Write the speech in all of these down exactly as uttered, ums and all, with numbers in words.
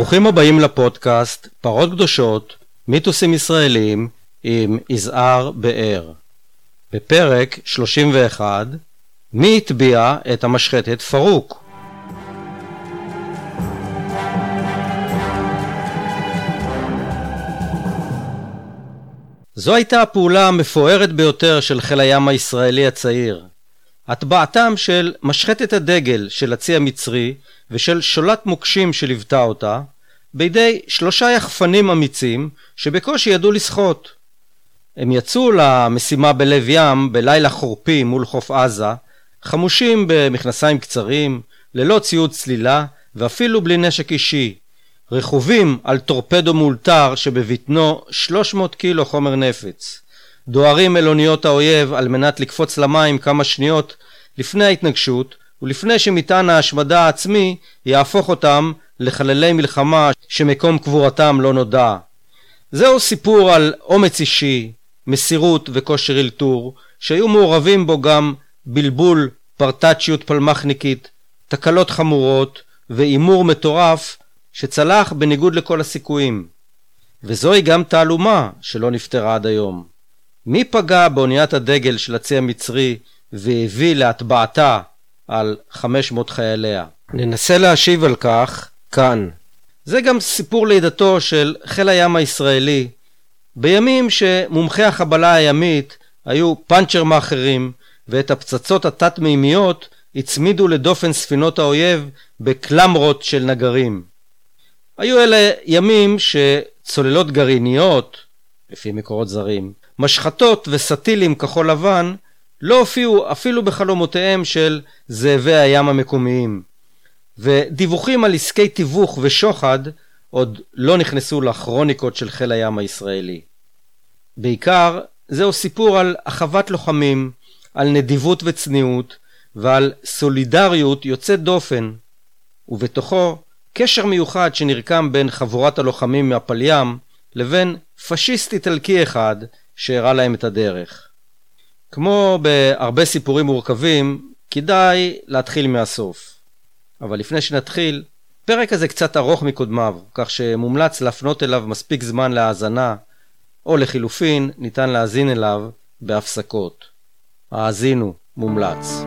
ברוכים הבאים לפודקאסט פרות קדושות, מיתוסים ישראלים עם יזהר באר. בפרק שלושים ואחת, מי הטביע את המשחטת פרוק? זו הייתה הפעולה המפוארת ביותר של חיל הים הישראלי הצעיר. הטבעתם של משחטת הדגל של הצי המצרי ושל שולט מוקשים שליוותה אותה בידי שלושה יחפנים אמיצים שבקושי ידעו לשחות. הם יצאו למשימה בלב ים בלילה חורפי מול חוף עזה, חמושים במכנסיים קצרים, ללא ציוד צלילה ואפילו בלי נשק אישי, רכובים על טורפדו מאולתר שבבטנו שלוש מאות קילו חומר נפץ. דוהרים אל אוניות האויב על מנת לקפוץ למים כמה שניות לפני ההתנגשות ולפני שמטען ההשמדה העצמי יהפוך אותם לחללי מלחמה שמקום קבורתם לא נודע. זהו סיפור על אומץ אישי, מסירות וכושר אלתור, שהיו מעורבים בו גם בלבול, פרטצ'יות פלמחניקית, תקלות חמורות ואימור מטורף שצלח בניגוד לכל הסיכויים. וזוהי גם תעלומה שלא נפתרה עד היום. מי פגע באוניית הדגל של הצי המצרי והביא להטבעתה על חמש מאות חייליה? ננסה להשיב על כך כאן. זה גם סיפור לידתו של חיל הים הישראלי, בימים שמומחי החבלה הימית היו פאנצ'ר מאחרים, ואת הפצצות התת-מימיות הצמידו לדופן ספינות האויב בקלמרות של נגרים. היו אלה ימים שצוללות גרעיניות, לפי מקורות זרים, משחטות וסטילים כחול לבן, לא הופיעו אפילו בחלומותיהם של זאבי הים המקומיים. ודיווחים על עסקי תיווך ושוחד עוד לא נכנסו לכרוניקות של חיל הים הישראלי. בעיקר זהו סיפור על אחוות לוחמים, על נדיבות וצניעות ועל סולידריות יוצאת דופן, ובתוכו קשר מיוחד שנרקם בין חבורת הלוחמים מהפל ים לבין פשיסט איטלקי אחד שהראה להם את הדרך. כמו בהרבה סיפורים מורכבים, כדאי להתחיל מהסוף. אבל לפני שנתחיל, פרק הזה קצת ארוך מקודמיו, כך שמומלץ להפנות אליו מספיק זמן להאזנה, או לחילופין ניתן להאזין אליו בהפסקות. האזינו, מומלץ.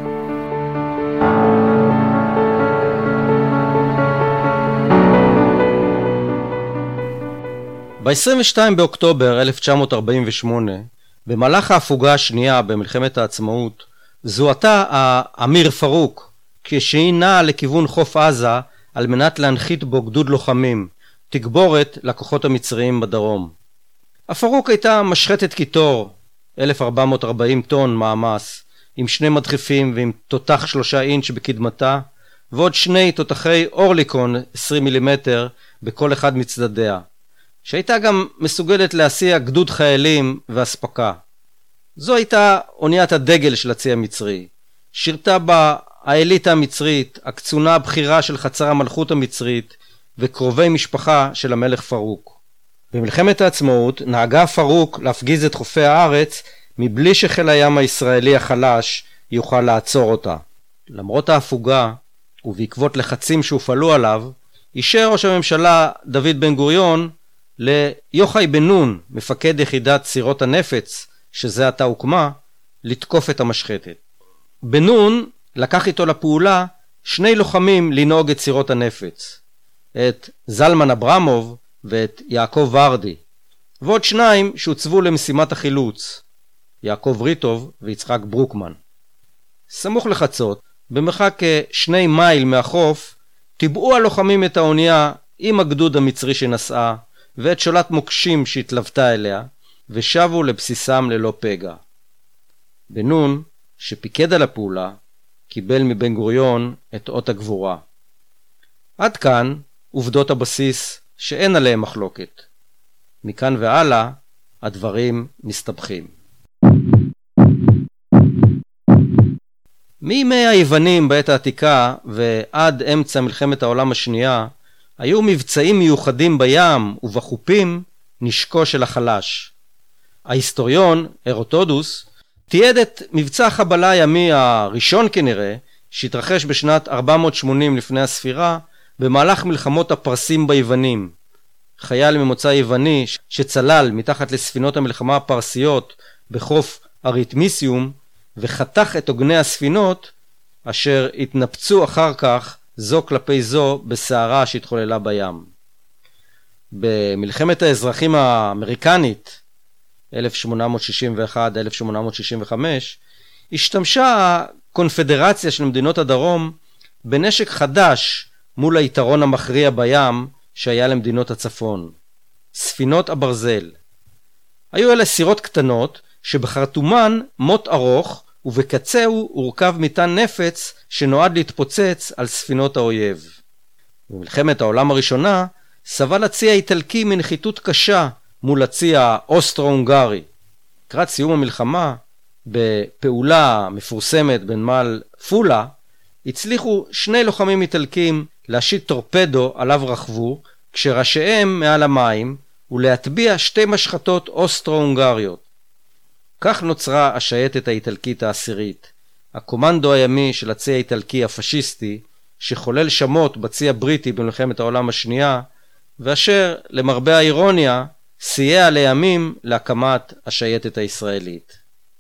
ב-עשרים ושניים באוקטובר אלף תשע מאות ארבעים ושמונה, במהלך ההפוגה השנייה במלחמת העצמאות, זוהתה האמיר פרוק, כשהיא נעה לכיוון חוף עזה על מנת להנחית בו גדוד לוחמים, תגבורת לכוחות המצריים בדרום. הפרוק הייתה משחטת קיטור, אלף ארבע מאות וארבעים טון מאמס, עם שני מדחפים ועם תותח שלושה אינץ' בקדמתה, ועוד שני תותחי אורליקון עשרים מילימטר בכל אחד מצדדיה, שהייתה גם מסוגלת להסיע גדוד חיילים והספקה. זו הייתה אוניית הדגל של הצי המצרי. שירתה בה האליטה המצרית, הקצונה הבכירה של חצר המלכות המצרית וקרובי משפחה של המלך פרוק. במלחמת העצמאות נהגה פרוק להפגיז את חופי הארץ מבלי שחיל הים הישראלי החלש יוכל לעצור אותה. למרות ההפוגה ובעקבות לחצים שהופעלו עליו, אישר ראש הממשלה דוד בן גוריון ליוחאי בן נון, מפקד יחידת סירות הנפץ שזה עתה הוקמה, לתקוף את המשחטת. בן נון לקח איתו לפעולה שני לוחמים לנהוג את סירות הנפץ, את זלמן אברמוב ואת יעקב ורדי, ועוד שניים שהוצבו למשימת החילוץ, יעקב ריטוב ויצחק ברוקמן. סמוך לחצות, במרחק שני מייל מהחוף, טיבעו הלוחמים את האונייה עם הגדוד המצרי שנסעה ואת שולט מוקשים שהתלוותה אליה, ושבו לבסיסם ללא פגע. בן נון, שפיקד על הפעולה, קיבל מבן גוריון את אות הגבורה. עד כאן עובדות הבסיס שאין עליהם מחלוקת. מכאן והלאה הדברים מסתבכים. מימי היוונים בעת העתיקה ועד אמצע מלחמת העולם השנייה, היו מבצעים מיוחדים בים ובחופים נשקו של החלש. ההיסטוריון הרודוטוס תיעד את מבצע החבלה הימי הראשון כנראה, שהתרחש בשנת ארבע מאות ושמונים לפני הספירה, במהלך מלחמות הפרסים ביוונים. חייל ממוצא יווני שצלל מתחת לספינות המלחמה הפרסיות בחוף אריתמיסיום וחתך את עוגני הספינות אשר התנפצו אחר כך זו כלפי זו בסערה שהתחוללה בים. במלחמת האזרחים האמריקנית אלף שמונה מאות שישים ואחת עד אלף שמונה מאות שישים וחמש השתמשה הקונפדרציה של מדינות הדרום בנשק חדש מול היתרון המכריע בים שהיה למדינות הצפון, ספינות הברזל. היו אלה סירות קטנות שבחרטומן מוט ארוך ובקצהו הורכב מטען נפץ שנועד להתפוצץ על ספינות האויב. במלחמת העולם הראשונה סבל הצי האיטלקי מנחיתות קשה מול הצי האוסטרו-הונגרי. לקראת סיום המלחמה, בפעולה מפורסמת בנמל פולה, הצליחו שני לוחמים איטלקים להשית טורפדו עליו רכבו כשראשיהם מעל המים ולהטביע שתי משחטות אוסטרו-הונגריות. כך נוצרה השייטת האיטלקית העשירית, הקומנדו הימי של הצי האיטלקי הפשיסטי שחולל שמות בצי הבריטי במלחמת העולם השנייה, ואשר למרבה האירוניה סייע לימים להקמת השייטת הישראלית.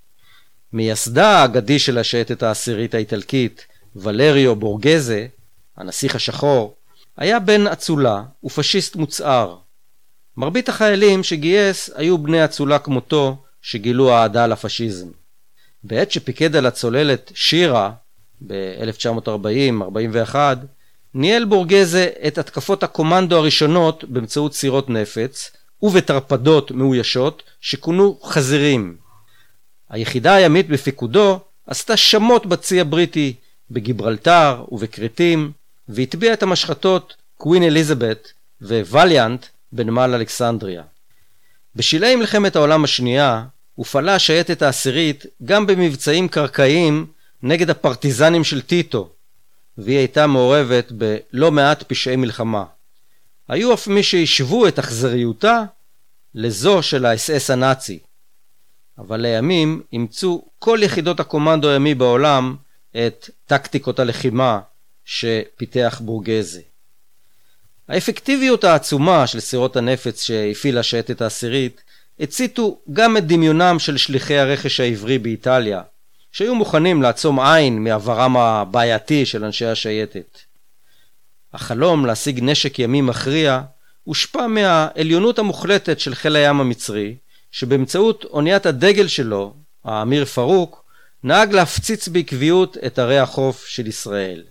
מייסדה האגדי של השייטת העשירית האיטלקית, ולריו בורגזה, הנסיך השחור, היה בן אצולה ופשיסט מוצהר. מרבית החיילים שגייס היו בני אצולה כמותו שגילו אהדה לפשיזם. בעת שפיקד על הצוללת שירה ב-אלף תשע מאות ארבעים ארבעים ואחת, ניהל בורגזה את התקפות הקומנדו הראשונות באמצעות סירות נפץ ובטרפדות מאוישות שכונו חזירים. היחידה הימית בפיקודו עשתה שמות בצי הבריטי בגיברלטר ובקריטים, והטביעה את המשחטות קווין אליזבת וווליאנט בנמל אלכסנדריה. בשלהי מלחמת העולם השנייה הופעלה השייטת העשירית גם במבצעים קרקעיים נגד הפרטיזנים של טיטו, והיא הייתה מעורבת בלא מעט פשעי מלחמה. היו אף מי שישבו את אכזריותה לזו של האס אס הנאצי. אבל לימים אימצו כל יחידות הקומנדו הימי בעולם את טקטיקות הלחימה שפיתח בורגזה. האפקטיביות העצומה של סירות הנפץ שהפעילה השייטת העשירית הציתו גם את דמיונם של שליחי הרכש העברי באיטליה, שהיו מוכנים לעצום עין מעברם הבעייתי של אנשי השייטת. החלום להשיג נשק ימי מכריע הושפע מהעליונות המוחלטת של חיל הים המצרי, שבאמצעות אוניית הדגל שלו, האמיר פרוק, נהג להפציץ בעקביות את ערי החוף של ישראל.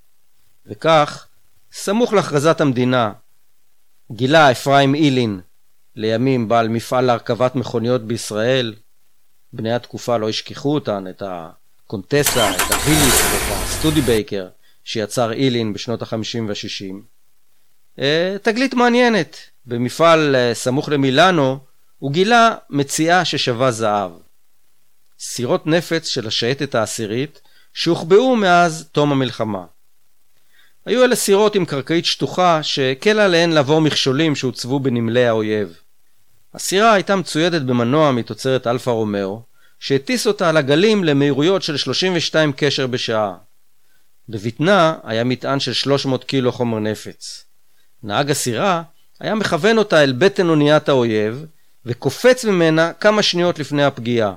וכך, סמוך להכרזת המדינה, גילה אפרים אילין, לימים בעל מפעל להרכבת מכוניות בישראל, בני התקופה לא השכחו אותן, את הקונטסה, את הוויליס ואת הסטודי בייקר שיצר אילין בשנות החמישים והשישים. תגלית מעניינת, במפעל סמוך למילאנו הוא גילה מציאה ששווה זהב. סירות נפץ של השייטת העשירית שהוחבאו מאז תום המלחמה. היו אלה סירות עם קרקעית שטוחה שהקלה עליהן לעבור מכשולים שהוצבו בנמלי האויב. הסירה הייתה מצוידת במנוע מתוצרת אלפה רומאו, שהטיס אותה על הגלים למהירויות של שלושים ושתיים קשר בשעה. בבטנה היה מטען של שלוש מאות קילו חומר נפץ. נהג הסירה היה מכוון אותה אל בטן אוניית האויב, וקופץ ממנה כמה שניות לפני הפגיעה.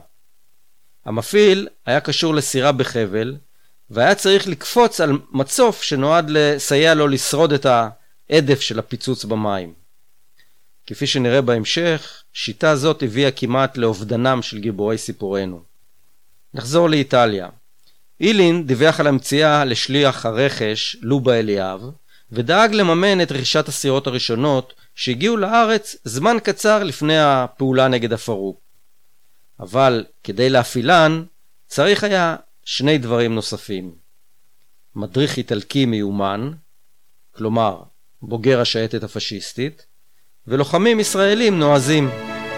המפעיל היה קשור לסירה בחבל, והיה צריך לקפוץ על מצוף שנועד לסייע לו לשרוד את העדף של הפיצוץ במים. כפי שנראה בהמשך, שיטה זאת הביאה כמעט לאובדנם של גיבורי סיפורנו. נחזור לאיטליה. אילין דיווח על המציאה לשליח הרכש לובה אליאב, ודאג לממן את רכישת הסירות הראשונות שהגיעו לארץ זמן קצר לפני הפעולה נגד הפרוק. אבל כדי להפעילן צריך היה שני דברים נוספים. מדריך איטלקי מיומן, כלומר בוגר השייטת הפשיסטית, ולוחמים ישראלים נועזים.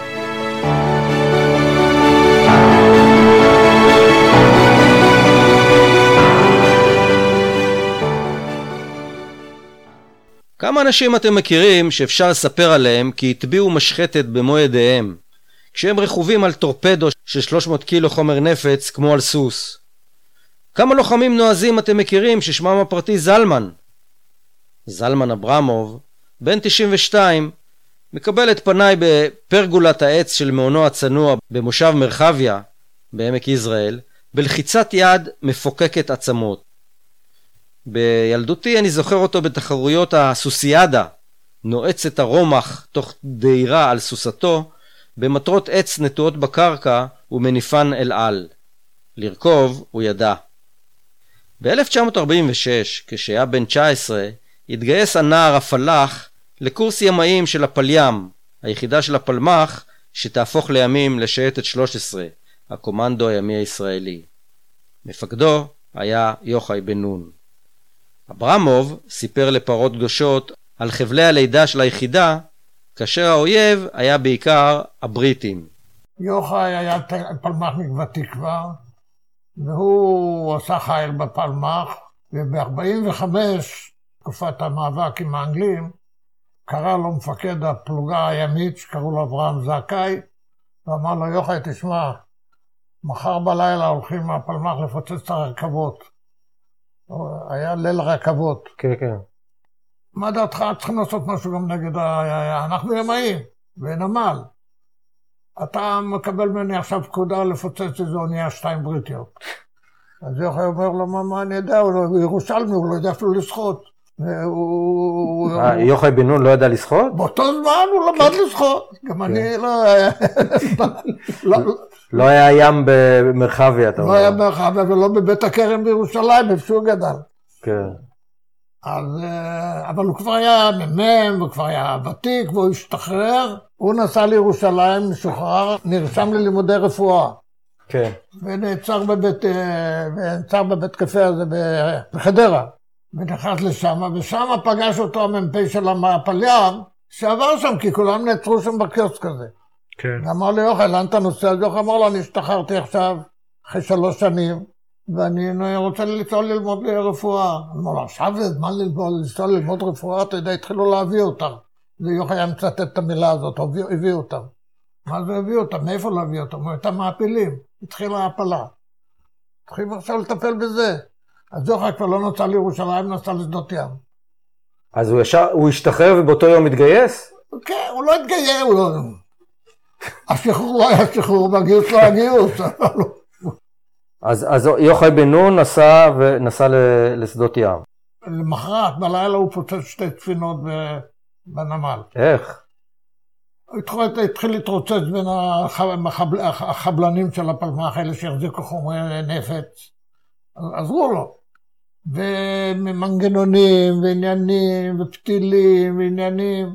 כמה אנשים אתם מכירים שאפשר לספר עליהם כי הטביעו משחטת במו ידיהם, כשהם רכובים על טורפדו של שלוש מאות קילו חומר נפץ כמו על סוס? כמה לוחמים נועזים אתם מכירים ששמם הפרטי זלמן? זלמן אברמוב, בן תשעים ושתיים, מקבל את פניי בפרגולת העץ של מעונו הצנוע במושב מרחביה, בעמק יזרעאל, בלחיצת יד מפוקקת עצמות. בילדותי אני זוכר אותו בתחרויות הסוסיאדה, נועץ את הרומח תוך דהירה על סוסתו, במטרות עץ נטועות בקרקע ומניפן אל על. לרכוב הוא ידע. ב-אלף תשע מאות ארבעים ושש, כשהיה בן תשע עשרה, התגייס הנער הפלח לקורס ימאים של הפלים, היחידה של הפלמ"ח שתהפוך לימים לשייטת שלוש עשרה, הקומנדו הימי הישראלי. מפקדו היה יוחאי בן נון. אברמוב סיפר לפרות גדושות על חבלי הלידה של היחידה, כאשר האויב היה בעיקר הבריטים. יוחאי היה פלמ"חניק ותיק כבר, והוא עשה חיל בפלמ"ח, וב-ארבעים וחמש, תקופת המאבק עם האנגלים, קרא לו מפקד הפלוגה הימית, שקראו לו אברהם זכאי, ואמר לו, יוחאי, תשמע, מחר בלילה הולכים מהפלמ"ח לפוצץ את הרכבות. היה ליל רכבות. כן, כן. מה דעתך? צריכים לעשות משהו גם נגד ה... אנחנו ימאים, ונמל. אתה מקבל ממני עכשיו פקודה לפוצץ איזו אונייה שתיים בריטיות. אז יוחאי אומר לו, מה, מה אני יודע? הוא ירושלמי, הוא לא יודע אפילו לשחות. יוחאי בן נון לא ידע לשחות? באותו זמן הוא למד לשחות. גם אני לא... לא היה ים במרחביה, אתה אומר. לא היה במרחביה ולא בבית הכרם בירושלים, איפה שהוא גדל. כן. אבל הוא כבר היה ממם, הוא כבר היה ותיק, והוא השתחרר. הוא נסע לירושלים, משוחרר, נרשם ללימודי רפואה. כן. ונעצר בבית, ונעצר בבית קפה הזה בחדרה. ונכנס לשם, ושם פגש אותו המ"פ של הפליין, שעבר שם, כי כולם נעצרו שם בקיוסק הזה. כן. ואמר לי, יוחאי, לאן אתה נוסע? יוחאי אמר לו, אני השתחררתי עכשיו, אחרי שלוש שנים, ואני רוצה לנסוע ללמוד רפואה. אמר לו, עכשיו זה זמן לנסוע ללמוד רפואה, אתה יודע, התחילו להביא אותם. ויוחאי היה מצטט את המילה הזאת, הביאו אותם. מה זה הביאו אותם? מאיפה להביא אותם? הוא הייתה מעפילים, התחילה ההפלה. התחיל עכשיו לטפל בזה. אז יוחאי כבר לא נוסע לירושלים, נסע לשדות ים. אז הוא, ישר, הוא השתחרר ובאותו יום התגייס? כן, הוא לא התגייס, הוא לא... השחרור לא היה שחרור, והגיוס לא היה גיוס. אז, אז יוחאי בן נון נסע ונסע לשדות ים. למחרת, בלילה הוא פוצץ שתי ספינות בנמל. איך? הוא התחיל, התחיל להתרוצץ בין החבל, החבלנים של הפלמ"ח, האלה שהחזיקו חומרי נפץ. עזרו לו. ומנגנונים, ועניינים, ופתילים, ועניינים,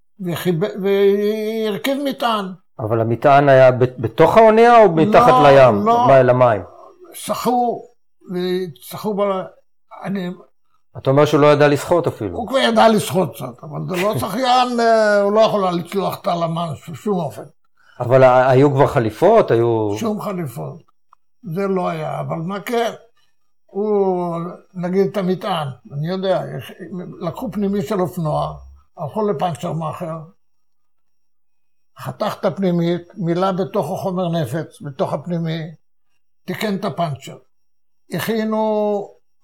והרכיב מטען. אבל המטען היה בתוך האונייה או מתחת לא, לים? לא. למים? שחו, ושחו ב... אני... אתה אומר שהוא לא ידע לשחות אפילו. הוא כבר ידע לשחות קצת, אבל זה לא שחיין, הוא לא יכול לצלוח את הלמן שום אופן. אבל היו כבר חליפות? היו... שום חליפות. זה לא היה, אבל מה כן? הוא, נגיד את המטען, אני יודע, לקחו פנימי של אופנוע, הלכו לפנצ'ר מאחר, חתך את הפנימית, מילה בתוך החומר נפץ, בתוך הפנימי, תיקן את הפנצ'ר. הכינו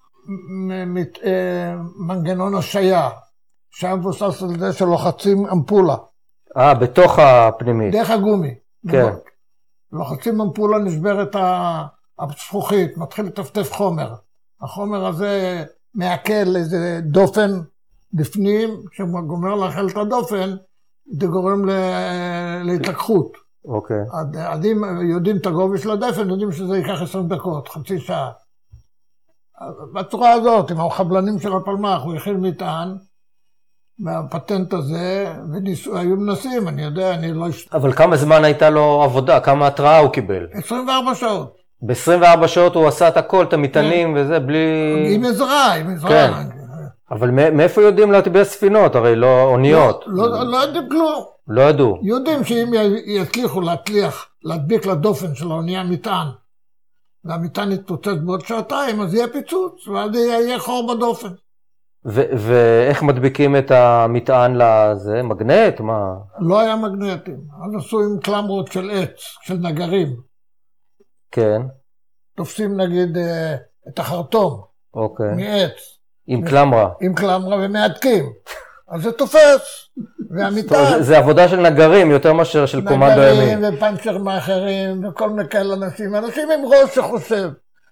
מנגנון השיה, שהיה מבוסס על זה שלוחצים אמפולה. אה, בתוך הפנימית. דרך הגומי. כן. לוחצים אמפולה, נשברת הזכוכית, מתחיל לטפטף חומר. החומר הזה מעכל איזה דופן בפנים, שגומר לאכל את הדופן, זה גורם להתלקחות. אוקיי. עדים יודעים את הגובה של הדופן, יודעים שזה ייקח עשרים דקות, חצי שעה. בצורה הזאת, עם החבלנים של הפלמ"ח, הוא הכין מטען, מהפטנט הזה, והיו מנסים, אני יודע, אני לא... אבל כמה זמן הייתה לו עבודה? כמה התראה הוא קיבל? עשרים וארבע שעות. ב-עשרים וארבע שעות הוא עשה את הכל, את המטענים וזה, בלי... עם עזרה, עם עזרה. כן. אבל מאיפה יודעים להטביע ספינות? הרי לא אוניות. לא יודעים כלום. לא ידעו. יודעים שאם יצליחו להצליח, להדביק לדופן של האונייה מטען, והמטען יתפוצץ בעוד שעתיים, אז יהיה פיצוץ, ואז יהיה חור בדופן. ואיך מדביקים את המטען לזה? מגנט? מה? לא היה מגנטים. אז עשו עם קלמרות של עץ, של נגרים. כן. תופסים נגיד את החרטום. אוקיי. מעץ. עם קלמרה. עם קלמרה ומהדקים. אז זה תופס. והמיטה... זה עבודה של נגרים יותר מאשר של קומנדו ימי. נגרים ופנצ'ר מאחרים וכל מיני כאלה אנשים. אנשים עם ראש שחושב.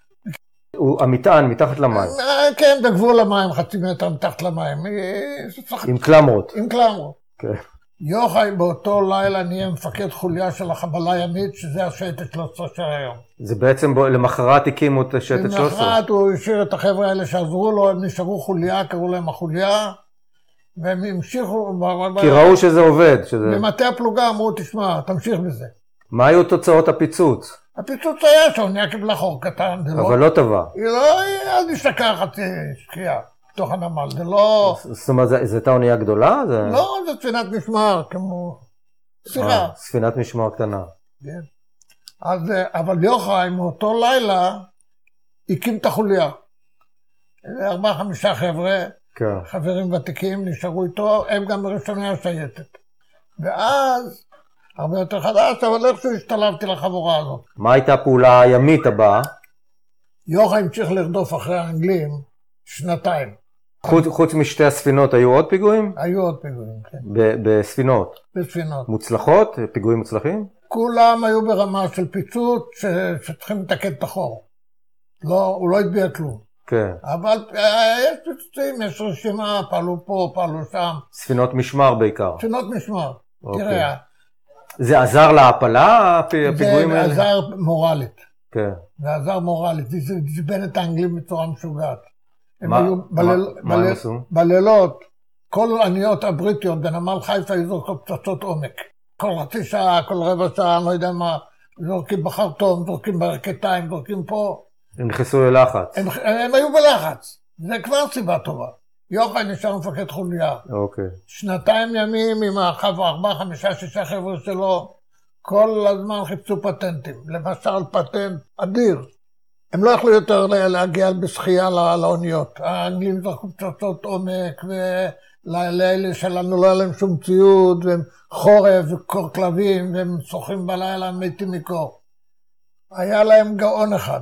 הוא המטען מתחת למים. כן, בגבול המים, חצי מטר מתחת למים. עם קלמרות. עם קלמרות. כן. יוחאי באותו לילה נהיה מפקד חוליה של החבלה הימית, שזה השייטת שלוש עשרה של היום. זה בעצם למחרת הקימו את השייטת שלוש עשרה? למחרת הוא השאיר את החבר'ה האלה שעזרו לו, הם נשארו חוליה, קראו להם החוליה, והם המשיכו... כי ראו שזה עובד. במטה הפלוגה אמרו, תשמע, תמשיך בזה. מה היו תוצאות הפיצוץ? הפיצוץ היה שהאונייה קיבלה חור קטן. אבל לא טובה. היא לא, היא נשתקעה חצי שקיעה. בתוך הנמל, זה לא... זאת אומרת, זו הייתה אונייה גדולה? לא, זו ספינת משמר, כמו... סירה. ספינת משמר קטנה. כן. אז, אבל יוחאי, מאותו לילה, הקים את החוליה. ארבעה, חמישה חבר'ה, חברים ותיקים, נשארו איתו, הם גם ראשוני השייטת. ואז, הרבה יותר חדש, אבל איכשהו השתלבתי לחבורה הזאת. מה הייתה הפעולה הימית הבאה? יוחאי המשיך לרדוף אחרי האנגלים שנתיים. חוץ, חוץ משתי הספינות, היו עוד פיגועים? היו עוד פיגועים, כן. ב- בספינות? בספינות. מוצלחות? פיגועים מוצלחים? כולם היו ברמה של פיצוץ ש- שצריכים לתקן את החור. לא, הוא לא התביע כלום. כן. אבל יש פיצוצים, יש רשימה, פעלו פה, פעלו שם. ספינות משמר בעיקר? ספינות משמר. אוקיי. תראה. זה עזר להפלה, הפיגועים האלה? זה עזר מורלית. כן. זה עזר מורלית, זה דיבן את האנגלים בצורה משוגעת. הם מה, היו בליל, מה, בליל, מה עשו? בלילות, כל האוניות הבריטיות בנמל חיפה היו זורקות פצצות עומק. כל חצי שעה, כל רבע שעה, אני לא יודע מה, זורקים בחרטום, זורקים ברכתיים, זורקים פה. הם נכנסו ללחץ. הם, הם היו בלחץ, זה כבר סיבה טובה. יוחאי נשאר מפקד חוליה. אוקיי. שנתיים ימים עם החבר, ארבעה, חמישה, שישה חבר'ה שלו, כל הזמן חיפשו פטנטים. למשל פטנט אדיר. הם לא יכלו יותר להגיע בשחייה לאוניות. האנגלים זרקו פצצות עומק, ולאלה שלנו לא היה להם שום ציוד, והם חורף וקור כלבים, והם שוחים בלילה, הם מתים מקור. היה להם גאון אחד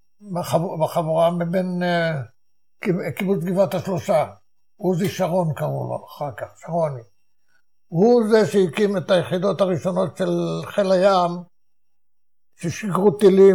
בחבורה מבין קיבוץ גבעת השלושה. עוזי שרון קראו לו אחר כך, שרוני. הוא זה שהקים את היחידות הראשונות של חיל הים, ששיגרו טילים...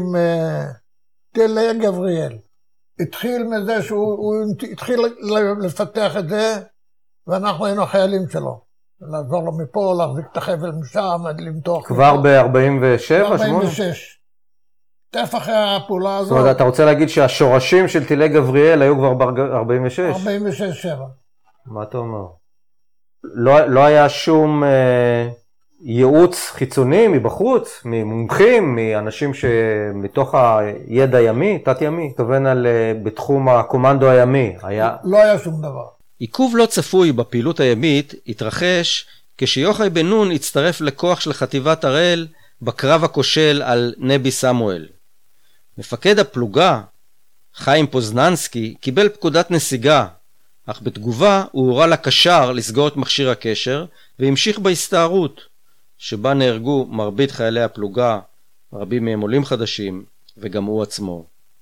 טילי גבריאל. התחיל מזה שהוא התחיל לפתח את זה, ואנחנו היינו החיילים שלו. לעזור לו מפה, להחזיק את החבל משם, למתוח. כבר ב-ארבעים ושבע? ב-ארבעים ושש. תף אחרי הפעולה הזאת. זאת אומרת, אתה רוצה להגיד שהשורשים של טילי גבריאל היו כבר ב-ארבעים ושש? ארבעים ושש שבע. מה אתה אומר? לא, לא היה שום... אה... ייעוץ חיצוני מבחוץ, ממומחים, מאנשים שמתוך הידע ימי, תת ימי, תכוון על בתחום הקומנדו הימי, היה... לא היה שום דבר. עיכוב לא צפוי בפעילות הימית התרחש כשיוחאי בן נון הצטרף לכוח של חטיבת הראל בקרב הכושל על נבי סמואל. מפקד הפלוגה, חיים פוזננסקי, קיבל פקודת נסיגה, אך בתגובה הוא הורה לקשר לסגור את מכשיר הקשר והמשיך בהסתערות. שבה נהרגו מרבית חיילי הפלוגה, רבים מהם עולים חדשים, וגם הוא עצמו.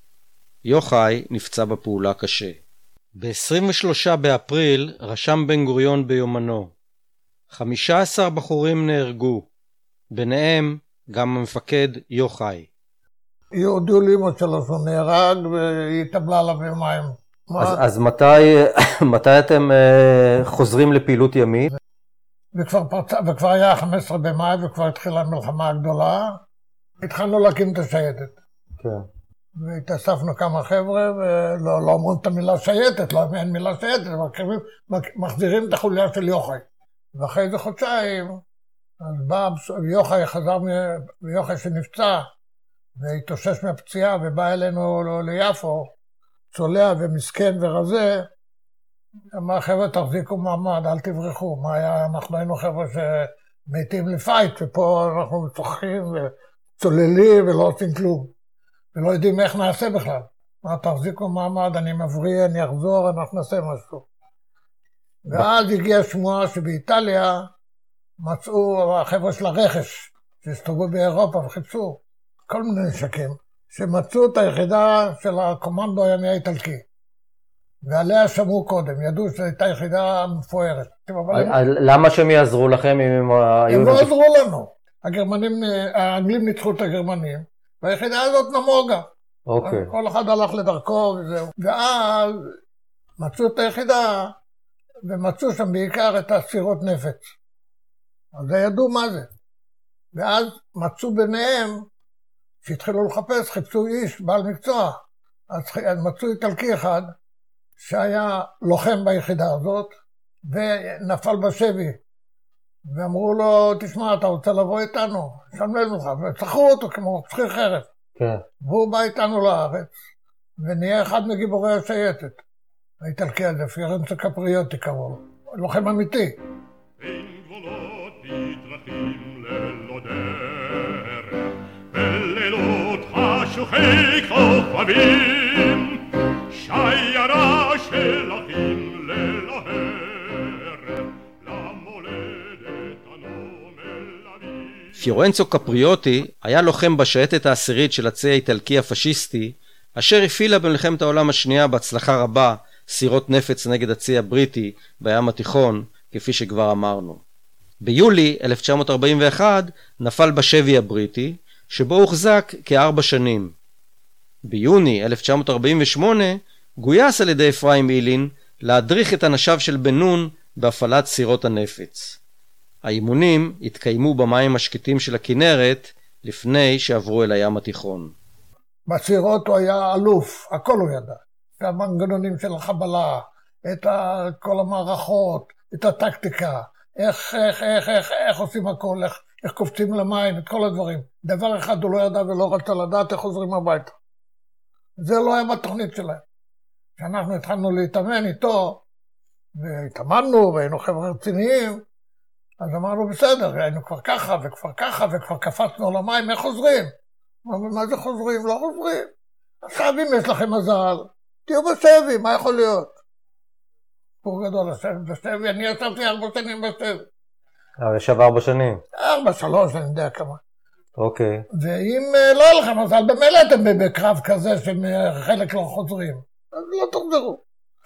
יוחאי נפצע בפעולה קשה. ב-עשרים ושלושה באפריל רשם בן גוריון ביומנו. חמישה עשר בחורים נהרגו, ביניהם גם המפקד יוחאי. הודיעו לאמא שלו שהוא נהרג והיא טבלה עליו במים. אז, אז מתי, מתי אתם uh, חוזרים לפעילות ימית? וכבר, פרצ... וכבר היה חמישה עשר במאי וכבר התחילה המלחמה הגדולה. התחלנו להקים את השייטת. כן. והתאספנו כמה חבר'ה ולא לא אומרים את המילה שייטת, לא אין מילה שייטת, אבל מחזירים את החוליה של יוחאי. ואחרי זה חודשיים, אז בא יוחאי חזר, יוחאי שנפצע והתאושש מהפציעה ובא אלינו ליפו, צולע ומסכן ורזה, אמר חבר'ה תחזיקו מעמד, אל תברחו, מה היה, אנחנו היינו חבר'ה שמתים לפייט, ופה אנחנו צוחקים וצוללים ולא עושים כלום, ולא יודעים איך נעשה בכלל. מה, תחזיקו מעמד, אני מבריא, אני אחזור, אנחנו נעשה משהו. ואז הגיעה שמועה שבאיטליה מצאו החבר'ה של הרכש, שהסתובבו באירופה וחיפשו כל מיני נשקים, שמצאו את היחידה של הקומנדו הימי האיטלקי. ועליה שמעו קודם, ידעו שזו הייתה יחידה מפוארת. למה שהם יעזרו לכם אם הם היו... הם לא עזרו לנו. הגרמנים, האנגלים ניצחו את הגרמנים, והיחידה הזאת נמוגה. אוקיי. כל אחד הלך לדרכו וזהו. ואז מצאו את היחידה, ומצאו שם בעיקר את הסירות נפץ. אז זה ידעו מה זה. ואז מצאו ביניהם, שהתחילו לחפש, חיפשו איש, בעל מקצוע. אז מצאו איטלקי אחד, שהיה לוחם ביחידה הזאת, ונפל בשבי. ואמרו לו, תשמע, אתה רוצה לבוא איתנו? שמלנו לך, וצחרו אותו כמו שכיר חרב. כן. והוא בא איתנו לארץ, ונהיה אחד מגיבורי השייטת. האיטלקי הזה, פירנצו קפריוטי קראו, לוחם אמיתי. בין גבולות מתרחים ללא דרך, בלילות חשוכי כוכבים, שיירה של אחים ללא הרף, למולדת הנומל אביב. פיורנצו קפריוטי היה לוחם בשייטת העשירית של הצי האיטלקי הפשיסטי, אשר הפעילה במלחמת העולם השנייה בהצלחה רבה סירות נפץ נגד הצי הבריטי בים התיכון, כפי שכבר אמרנו. ביולי אלף תשע מאות ארבעים ואחת נפל בשבי הבריטי, שבו הוחזק כארבע שנים. ביוני אלף תשע מאות ארבעים ושמונה גויס על ידי אפרים אילין להדריך את אנשיו של בן נון בהפעלת סירות הנפץ. האימונים התקיימו במים השקטים של הכנרת לפני שעברו אל הים התיכון. בסירות הוא היה אלוף, הכל הוא ידע. את המנגנונים של החבלה, את כל המערכות, את הטקטיקה, איך, איך, איך, איך, איך עושים הכל, איך, איך קופצים למים, את כל הדברים. דבר אחד הוא לא ידע ולא רצה לדעת איך חוזרים הביתה. זה לא היה בתוכנית שלהם. כשאנחנו התחלנו להתאמן איתו, והתאמנו והיינו חבר'ה רציניים, אז אמרנו בסדר, היינו כבר ככה וכבר ככה וכבר קפצנו למים, איך חוזרים? מה זה חוזרים? לא חוזרים. עכשיו אם יש לכם מזל, תהיו בשבי, מה יכול להיות? סיפור גדול, לשבת בשבי, אני ישבתי ארבע שנים בשבי. אבל ישב ארבע שנים. ארבע, שלוש, אני יודע כמה. אוקיי. ואם לא היה לכם מזל, במילא אתם בקרב כזה שחלק לא חוזרים. אז לא תחזרו.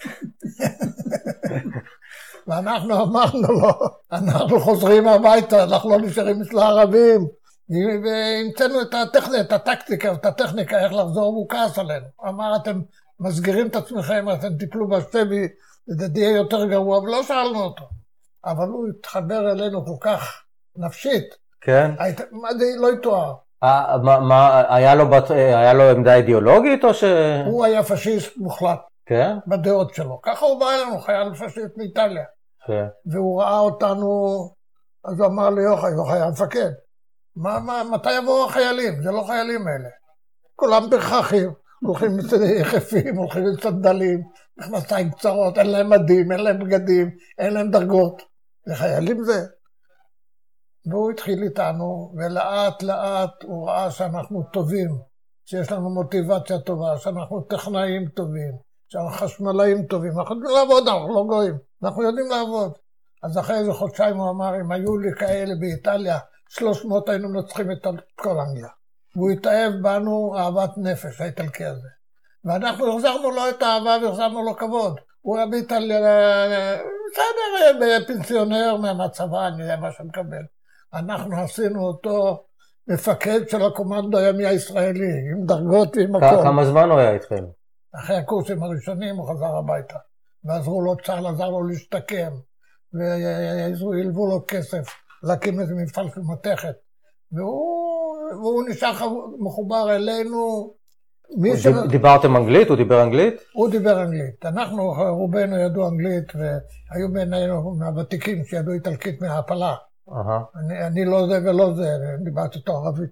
ואנחנו אמרנו לו, אנחנו חוזרים הביתה, אנחנו לא נשארים אצל הערבים. והמצאנו את הטכניקה, את הטקטיקה, את הטכניקה, איך לחזור, הוא כעס עלינו. אמר, אתם מסגירים את עצמכם, אתם טיפלו בשבי, זה יהיה יותר גרוע, ולא שאלנו אותו. אבל הוא התחבר אלינו כל כך נפשית. כן. היית, מה זה לא יתואר. מה, מה, היה לו, היה לו עמדה אידיאולוגית או ש... הוא היה פשיסט מוחלט. כן? בדעות שלו. ככה הוא בא אלינו, חייל פשיסט מאיטליה. כן. והוא ראה אותנו, אז הוא אמר לי, יוחאי, יוחאי המפקד. מה, מה, מתי יבואו החיילים? זה לא חיילים אלה. כולם פרחחים, הולכים יחפים, הולכים עם סנדלים, מכנסיים קצרות, אין להם מדים, אין להם בגדים, אין להם דרגות. זה חיילים זה. והוא התחיל איתנו, ולאט לאט הוא ראה שאנחנו טובים, שיש לנו מוטיבציה טובה, שאנחנו טכנאים טובים, שאנחנו חשמלאים טובים, אנחנו יודעים לעבוד, אנחנו לא גויים, אנחנו יודעים לעבוד. אז אחרי איזה חודשיים הוא אמר, אם היו לי כאלה באיטליה, שלוש מאות היינו מנצחים את כל אנגליה. והוא התאהב בנו אהבת נפש, האיטלקי הזה. ואנחנו החזרנו לו את האהבה והחזרנו לו כבוד. הוא היה באיטליה, בסדר, בפנסיונר מהצבא, אני יודע מה שמקבל. אנחנו עשינו אותו מפקד של הקומנדו הימי הישראלי, עם דרגות ועם הכל. כמה זמן הוא היה איתכם? אחרי הקורסים הראשונים הוא חזר הביתה. ועזרו לו, צה"ל עזר לו להשתקם, והלוו לו כסף להקים איזה מפעל של מתכת. והוא, והוא נשאר מחובר אלינו. ש... דיברתם אנגלית? הוא דיבר אנגלית? הוא דיבר אנגלית. אנחנו, רובנו ידעו אנגלית, והיו בינינו מהוותיקים שידעו איטלקית מההפלה. Uh-huh. אני, אני לא זה ולא זה, אני דיברתי אותו ערבית.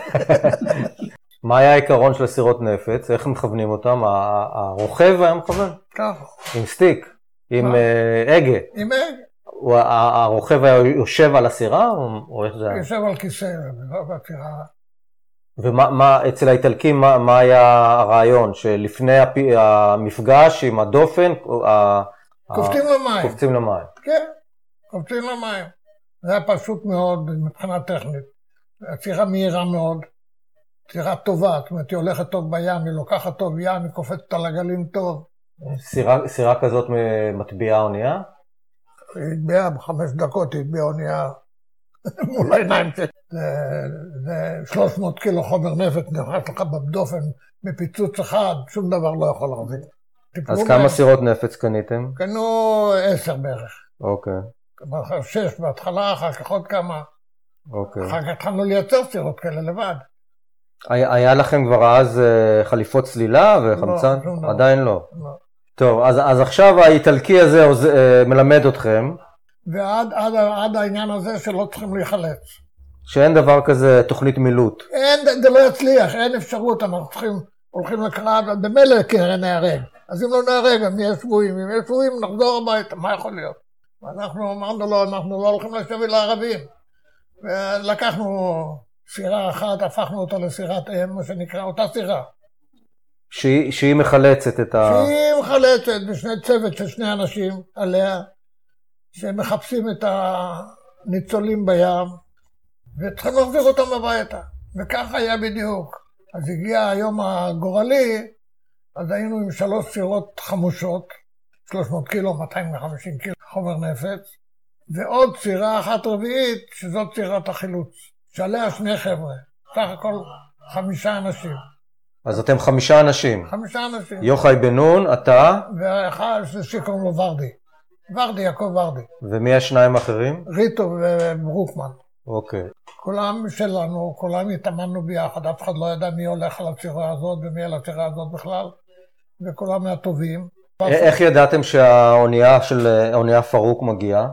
מה היה העיקרון של הסירות נפץ? איך מכוונים אותם? הרוכב היה מכוון? ככה. עם סטיק? עם הגה? עם הגה. הרוכב היה יושב על הסירה? או איך זה היה? יושב על כיסא, לא בסירה. ומה, אצל האיטלקים, מה, מה היה הרעיון? שלפני המפגש עם הדופן, קופצים למים. קופצים למים. כן, קופצים למים. זה היה פשוט מאוד מבחינה טכנית. הסירה מהירה מאוד, סירה טובה, זאת אומרת, היא הולכת טוב בים, היא לוקחת טוב ים, היא קופצת על הגלים טוב. סירה, סירה כזאת מטביעה אונייה? היא הטביעה בחמש דקות, היא הטביעה אונייה מול העיניים שלי. זה שלוש מאות קילו חומר נפץ, נכנס לך בדופן מפיצוץ אחד, שום דבר לא יכול להחזיק. אז כמה סירות נפץ קניתם? קנו עשר בערך. אוקיי. שש בהתחלה, אחר כך עוד כמה. אוקיי. אחר כך התחלנו לייצר סירות כאלה לבד. היה לכם כבר אז חליפות צלילה וחמצן? לא, עדיין לא. לא. טוב, אז, אז עכשיו האיטלקי הזה מלמד אתכם. ועד עד, עד העניין הזה שלא צריכים להיחלץ. שאין דבר כזה תוכנית מילוט. אין, זה לא יצליח, אין אפשרות, אנחנו צריכים, הולכים לקרב, במילא כנראה נהרג. אז אם לא נהרג, הם נהיה שבויים, אם נהיה שבויים נחזור הביתה, מה יכול להיות? ואנחנו אמרנו לו, אנחנו לא הולכים לשבת לערבים. ולקחנו סירה אחת, הפכנו אותה לסירת אם, מה שנקרא, אותה סירה. שהיא, שהיא מחלצת את ה... שהיא מחלצת בשני צוות של שני אנשים עליה, שמחפשים את הניצולים בים, וצריכים להחזיר אותם הביתה. וכך היה בדיוק. אז הגיע היום הגורלי, אז היינו עם שלוש סירות חמושות, שלוש מאות קילו, מאתיים וחמישים קילו חומר נפץ, ועוד סירה אחת רביעית, שזאת סירת החילוץ, שעליה שני חבר'ה, סך הכל חמישה אנשים. אז אתם חמישה אנשים. חמישה אנשים. יוחאי בן נון, אתה? ואחד שקוראים לו ורדי. ורדי, יעקב ורדי. ומי השניים האחרים? ריטו וברוקמן. אוקיי. כולם שלנו, כולם התאמנו ביחד, אף אחד לא ידע מי הולך על הסירה הזאת ומי על הסירה הזאת בכלל, וכולם מהטובים. איך ידעתם שהאונייה של האונייה פרוק מגיעה?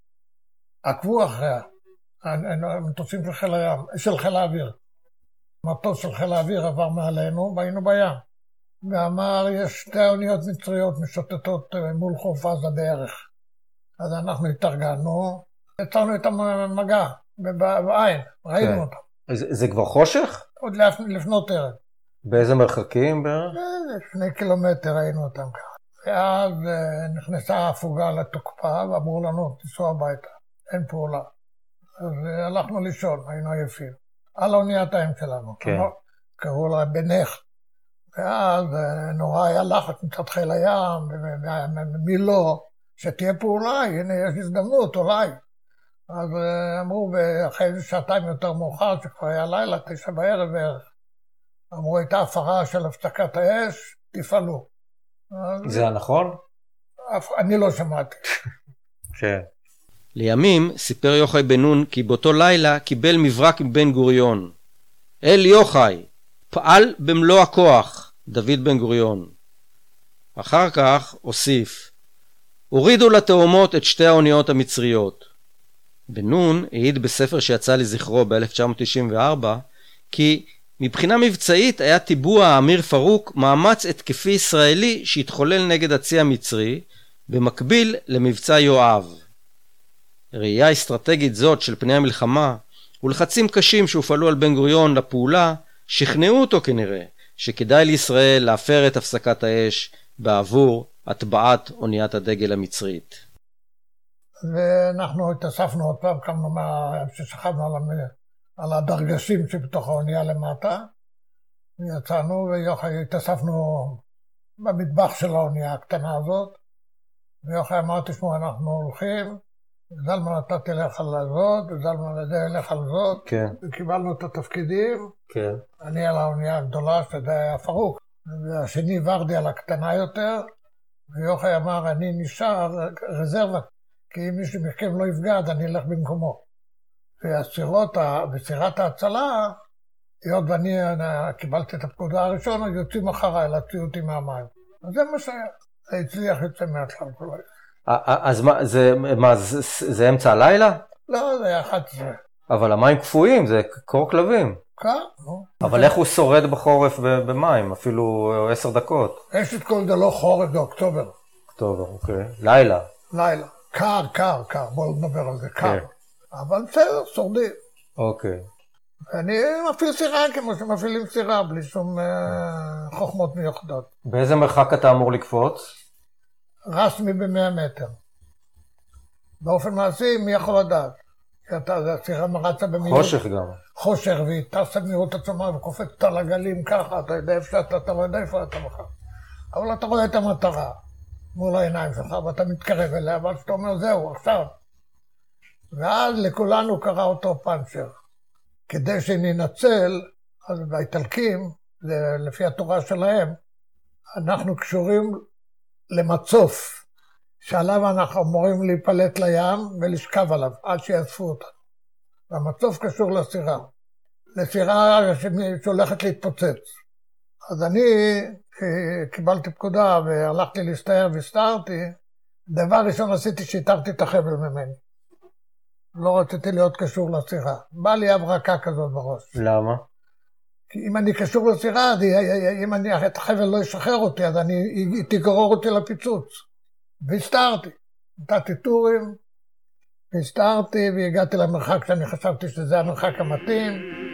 עקבו אחריה, המטוסים של חיל הים, של חיל האוויר. מטוס של חיל האוויר עבר מעלינו, והיינו בים. ואמר, יש שתי אוניות מצריות משוטטות מול חוף עזה בערך. אז אנחנו התארגנו, יצרנו את המגע בעין, ראינו אותם. זה כבר חושך? עוד לפנות ערב. באיזה מרחקים בערך? שני קילומטר ראינו אותם ככה. ואז נכנסה ההפוגה לתוקפה, ואמרו לנו, תיסעו הביתה, אין פעולה. אז הלכנו לישון, היינו עייפים. על האוניית הים שלנו, קראו לה בנך. ואז נורא היה לחץ מצד חיל הים, ומי לא, שתהיה פעולה, הנה יש הזדמנות, אולי. אז אמרו, אחרי איזה שעתיים יותר מאוחר, שכבר היה לילה, תשע בערב בערך, אמרו, הייתה הפרה של הפסקת האש, תפעלו. זה הנכון? אני לא שמעתי. כן. לימים סיפר יוחאי בן נון כי באותו לילה קיבל מברק מבן גוריון. אל יוחאי, פעל במלוא הכוח, דוד בן גוריון. אחר כך הוסיף, הורידו לתאומות את שתי האוניות המצריות. בן נון העיד בספר שיצא לזכרו ב-אלף תשע מאות תשעים וארבע, כי מבחינה מבצעית היה טיבוע האמיר פרוק מאמץ התקפי ישראלי שהתחולל נגד הצי המצרי, במקביל למבצע יואב. ראייה אסטרטגית זאת של פני המלחמה ולחצים קשים שהופעלו על בן גוריון לפעולה שכנעו אותו כנראה שכדאי לישראל להפר את הפסקת האש בעבור הטבעת אוניית הדגל המצרית. ואנחנו התאספנו עוד פעם, קמנו מה ששכבנו על, המ... על הדרגשים שבתוך האונייה למטה, ויצאנו ויוחאי התאספנו במטבח של האונייה הקטנה הזאת, ויוחאי אמר, תשמעו, אנחנו הולכים, זלמן אתה תלך על זאת, וזלמן אתה ילך על זאת, כן. וקיבלנו את התפקידים, כן. אני על האונייה הגדולה, שזה היה פרוק, והשני ורדי על הקטנה יותר, ויוחאי אמר, אני נשאר רזרבה, כי אם מישהו מכם לא יפגע, אז אני אלך במקומו. והסירות, בסירת ההצלה, היות ואני קיבלתי את הפקודה הראשונה, יוצאים אחריי, להוציא אותי מהמים. אז זה מה שהיה, זה הצליח יוצא מהתחל כולו. אז מה, זה, מה, זה, זה אמצע הלילה? לא, זה היה אחת עשרה. אבל המים קפואים, זה קור כלבים. כן, נו. אבל איך הוא שורד בחורף במים, אפילו עשר דקות? יש את כל זה לא חורף, זה אוקטובר. אוקטובר, אוקיי. לילה. לילה. קר, קר, קר, בואו נדבר על זה, קר. אבל בסדר, שורדים. אוקיי. אני מפעיל סירה כמו שמפעילים סירה, בלי שום חוכמות מיוחדות. באיזה מרחק אתה אמור לקפוץ? רסמי במאה מטר. באופן מעשי, מי יכול לדעת? הסירה מרצה במהירות. חושך גם. חושך, והיא טסה במהירות עצומה וקופצת על הגלים ככה, אתה יודע איפה שאתה, אתה לא יודע איפה אתה בכלל. אבל אתה רואה את המטרה מול העיניים שלך, ואתה מתקרב אליה, אבל שאתה אומר, זהו, עכשיו. ואז לכולנו קרה אותו פנצ'ר. כדי שננצל, אז באיטלקים, לפי התורה שלהם, אנחנו קשורים למצוף, שעליו אנחנו אמורים להיפלט לים ולשכב עליו, עד שיאספו אותה. והמצוף קשור לסירה. לסירה שהולכת להתפוצץ. אז אני קיבלתי פקודה והלכתי להסתער והסתערתי, דבר ראשון עשיתי שהתרתי את החבל ממני. לא רציתי להיות קשור לסירה. בא לי הברקה כזאת בראש. למה? כי אם אני קשור לסירה, אם אני, את החבל לא ישחרר אותי, אז אני, היא תגרור אותי לפיצוץ. והסתערתי. נתתי טורים, והסתערתי והגעתי למרחק שאני חשבתי שזה המרחק המתאים.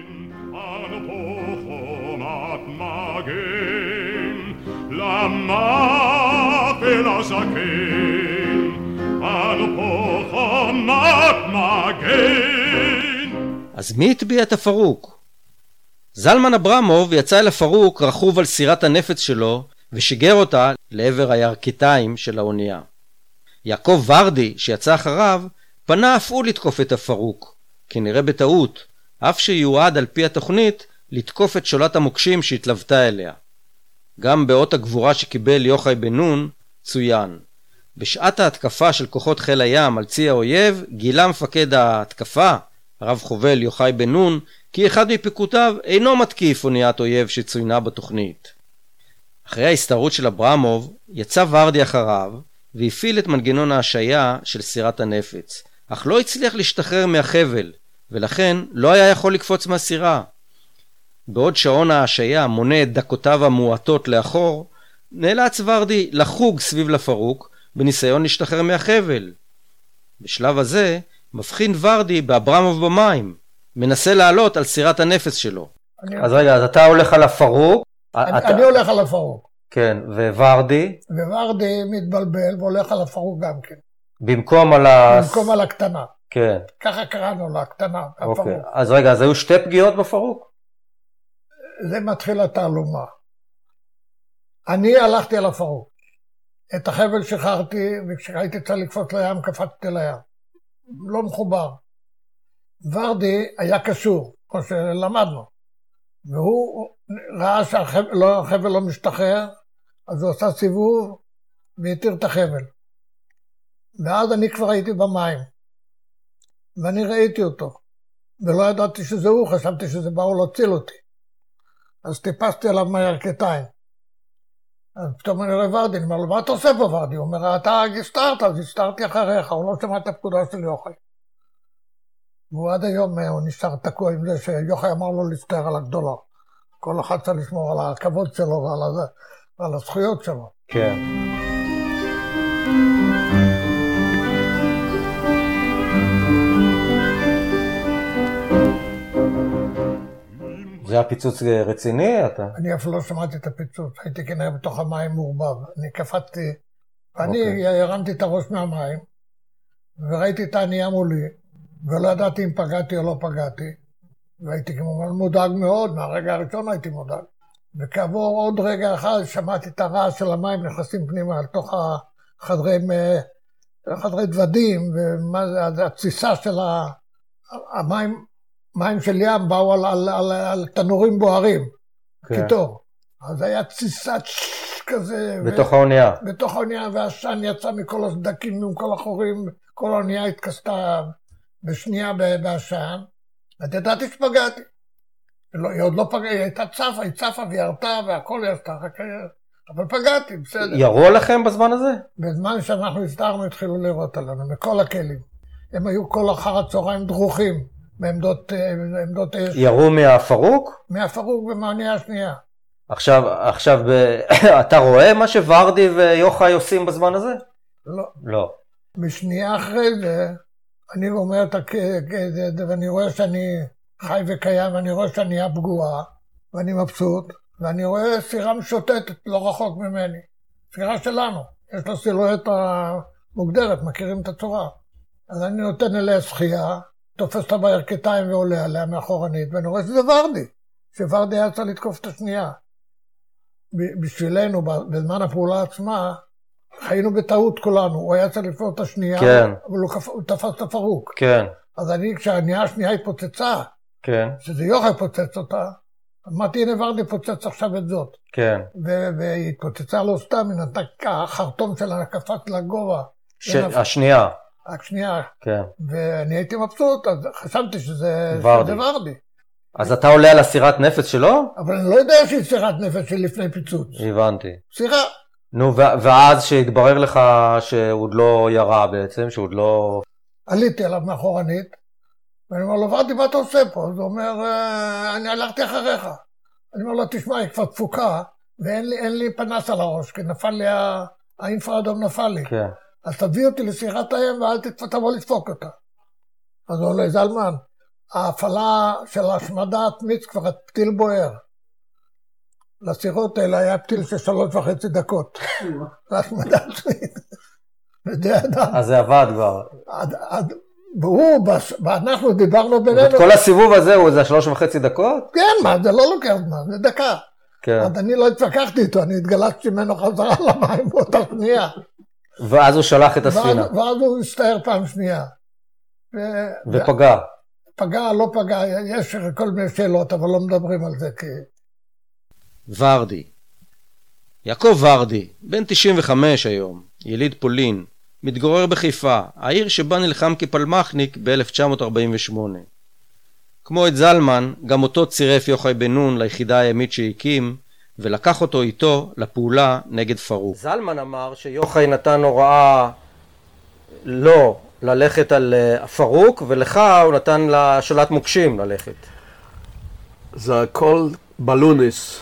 אז מי הטביע את הפרוק? זלמן אברמוב יצא אל הפרוק רכוב על סירת הנפץ שלו ושיגר אותה לעבר הירכתיים של האונייה. יעקב ורדי שיצא אחריו פנה אף הוא לתקוף את הפרוק, כנראה בטעות, אף שיועד על פי התוכנית לתקוף את שולת המוקשים שהתלוותה אליה. גם באות הגבורה שקיבל יוחאי בן נון צוין. בשעת ההתקפה של כוחות חיל הים על צי האויב, גילה מפקד ההתקפה, הרב חובל יוחאי בן נון, כי אחד מפיקותיו אינו מתקיף אוניית אויב שצוינה בתוכנית. אחרי ההסתערות של אברמוב, יצא ורדי אחריו, והפעיל את מנגנון ההשעיה של סירת הנפץ, אך לא הצליח להשתחרר מהחבל, ולכן לא היה יכול לקפוץ מהסירה. בעוד שעון ההשעיה מונה את דקותיו המועטות לאחור, נאלץ ורדי לחוג סביב לפרוק בניסיון להשתחרר מהחבל. בשלב הזה מבחין ורדי באברמוב במים, מנסה לעלות על סירת הנפץ שלו. אז רגע, אז אתה הולך על הפרוק? אני הולך על הפרוק. כן, וורדי? וורדי מתבלבל והולך על הפרוק גם כן. במקום על ה... במקום על הקטנה. כן. ככה קראנו לה, הקטנה, הפרוק. אוקיי, אז רגע, אז היו שתי פגיעות בפרוק? זה מתחיל התעלומה. אני הלכתי על הפרוק. את החבל שחררתי, וכשראיתי צריך לקפוץ לים, קפצתי לים. לא מחובר. ורדי היה קשור, כמו שלמדנו. והוא ראה שהחבל לא, לא משתחרר, אז הוא עשה סיבוב והתיר את החבל. ואז אני כבר הייתי במים. ואני ראיתי אותו. ולא ידעתי שזה הוא, חשבתי שזה באו להציל אותי. אז טיפסתי עליו מהירכתיים. אז פתאום אני רואה ורדי, אני אומר לו, מה אתה עושה פה ורדי? הוא אומר, אתה הסתרת, אז הסתרתי אחריך, הוא לא שמע את הפקודה של יוחאי. והוא עד היום הוא נשאר תקוע עם זה שיוחאי אמר לו להסתער על הגדולה. כל אחד צריך לשמור על הכבוד שלו ועל, הזה, ועל הזכויות שלו. כן. זה היה פיצוץ רציני? אתה? אני אפילו לא שמעתי את הפיצוץ, הייתי כנראה בתוך המים מעורבב. אני קפצתי, ואני הרמתי את הראש מהמים, וראיתי את הענייה מולי, ולא ידעתי אם פגעתי או לא פגעתי, והייתי כמובן מודאג מאוד, מהרגע הראשון הייתי מודאג. וכעבור עוד רגע אחד שמעתי את הרעש של המים נכנסים פנימה, על תוך החדרי, חדרי דוודים, ומה זה, התסיסה של המים, מים של ים באו על, על, על, על תנורים בוערים, כן. קיטור. אז היה תסיסה כזה. בתוך ו... האונייה. בתוך האונייה, והשן יצא מכל הסדקים, מכל החורים, כל האונייה התכסתה בשנייה בעשן. את ידעתי שפגעתי. לא, היא עוד לא פגעה, היא הייתה צפה, היא צפה והיא ירתה והכל ירתה, אבל פגעתי, בסדר. ירו לכם בזמן הזה? בזמן שאנחנו הסתערנו התחילו לירות עלינו, מכל הכלים. הם היו כל אחר הצהריים דרוכים, בעמדות אש. ירו מהפרוק? מהפרוק ומהאונייה השנייה. עכשיו, עכשיו, אתה רואה מה שוורדי ויוחאי עושים בזמן הזה? לא. לא. בשנייה אחרי זה, אני אומר את זה, ואני רואה שאני חי וקיים, ואני רואה שאני אהיה פגועה, ואני מבסוט, ואני רואה סירה משוטטת לא רחוק ממני. סירה שלנו, יש לה סילואטה מוגדרת, מכירים את הצורה. אז אני נותן אליה שחייה, תופס אותה בירכתיים ועולה עליה מאחורנית, ואני רואה שזה ורדי, שוורדי היה צריך לתקוף את השנייה. בשבילנו, בזמן הפעולה עצמה, חיינו בטעות כולנו. הוא היה צריך לפעול את השנייה, כן. אבל הוא, הוא תפס את הפרוק. כן. אז אני, כשהנייה השנייה התפוצצה, כן. שזה יוחאי פוצץ אותה, אמרתי, הנה ורדי פוצץ עכשיו את זאת. כן. והיא התפוצצה לו סתם, היא נתנה החרטום שלה קפץ לגובה. ש... השנייה. השנייה. כן. ואני הייתי מבסוט, אז חשבתי שזה ורדי. שזה ורדי. אז אתה עולה על הסירת נפץ שלו? אבל אני לא יודע שהיא סירת נפץ של לפני פיצוץ. הבנתי. סירה. נו, ואז שהתברר לך שהוא עוד לא ירה בעצם, שהוא עוד לא... עליתי עליו מאחורנית, ואני אומר לו, ורדי, מה אתה עושה פה? אז הוא אומר, אני הלכתי אחריך. אני אומר לו, תשמע, היא כבר תפוקה, ואין לי, אין לי פנס על הראש, כי נפל לי, האינפרה אדום נפל לי. כן. אז תביא אותי לסירת האם, ואל תבוא לדפוק אותה. אז הוא אומר, זלמן, ההפעלה של השמדת מיץ כבר פתיל בוער. לסירות האלה היה פתיל של שלוש וחצי דקות. להשמדת מיץ. אז זה עבד כבר. והוא, ואנחנו דיברנו בינינו. ואת כל הסיבוב הזה הוא איזה שלוש וחצי דקות? כן, מה, זה לא לוקח זמן, זה דקה. כן. אז אני לא התפקחתי איתו, אני התגלצתי ממנו חזרה למים באותה שנייה. ואז הוא שלח את הספינה. ואז, ואז הוא הסתער פעם שנייה. ו... ופגע. פגע, לא פגע, יש כל מיני שאלות, אבל לא מדברים על זה כי... ורדי. יעקב ורדי, בן תשעים וחמש היום, יליד פולין, מתגורר בחיפה, העיר שבה נלחם כפלמחניק ב-אלף תשע מאות ארבעים ושמונה. כמו את זלמן, גם אותו צירף יוחאי בן נון ליחידה הימית שהקים, ולקח אותו איתו לפעולה נגד פרוק. זלמן אמר שיוחאי נתן הוראה לא ללכת על פרוק, ולך הוא נתן לשולט מוקשים ללכת. זה הכל בלונס.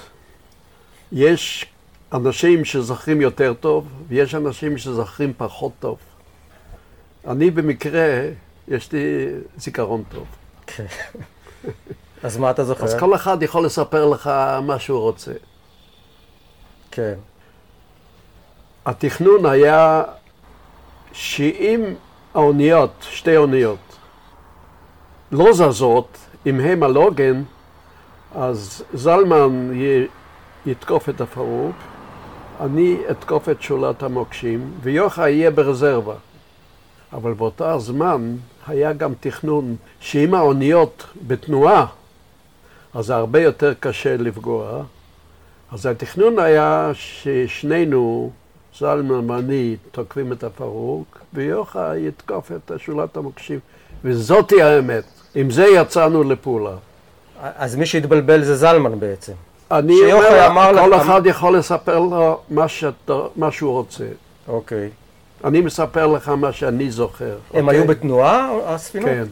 יש אנשים שזוכרים יותר טוב, ויש אנשים שזוכרים פחות טוב. אני במקרה, יש לי זיכרון טוב. אז מה אתה זוכר? אז כל אחד יכול לספר לך מה שהוא רוצה. כן. התכנון היה שאם האוניות, שתי אוניות, לא זזות, אם הם על עוגן, אז זלמן י... יתקוף את הפרוק, אני אתקוף את שולט המוקשים, ויוחאי יהיה ברזרבה. אבל באותה הזמן היה גם תכנון שאם האוניות בתנועה, אז זה הרבה יותר קשה לפגוע. אז התכנון היה ששנינו, זלמן ואני, תוקפים את הפרוק, ויוחאי יתקוף את שולט המוקשים. וזאת היא האמת. עם זה יצאנו לפעולה. אז מי שהתבלבל זה זלמן בעצם. אני אומר, אמר כל לך... אחד יכול לספר לו מה, שאת, מה שהוא רוצה. אוקיי. אני מספר לך מה שאני זוכר. הם אוקיי? היו בתנועה, הספינות? כן.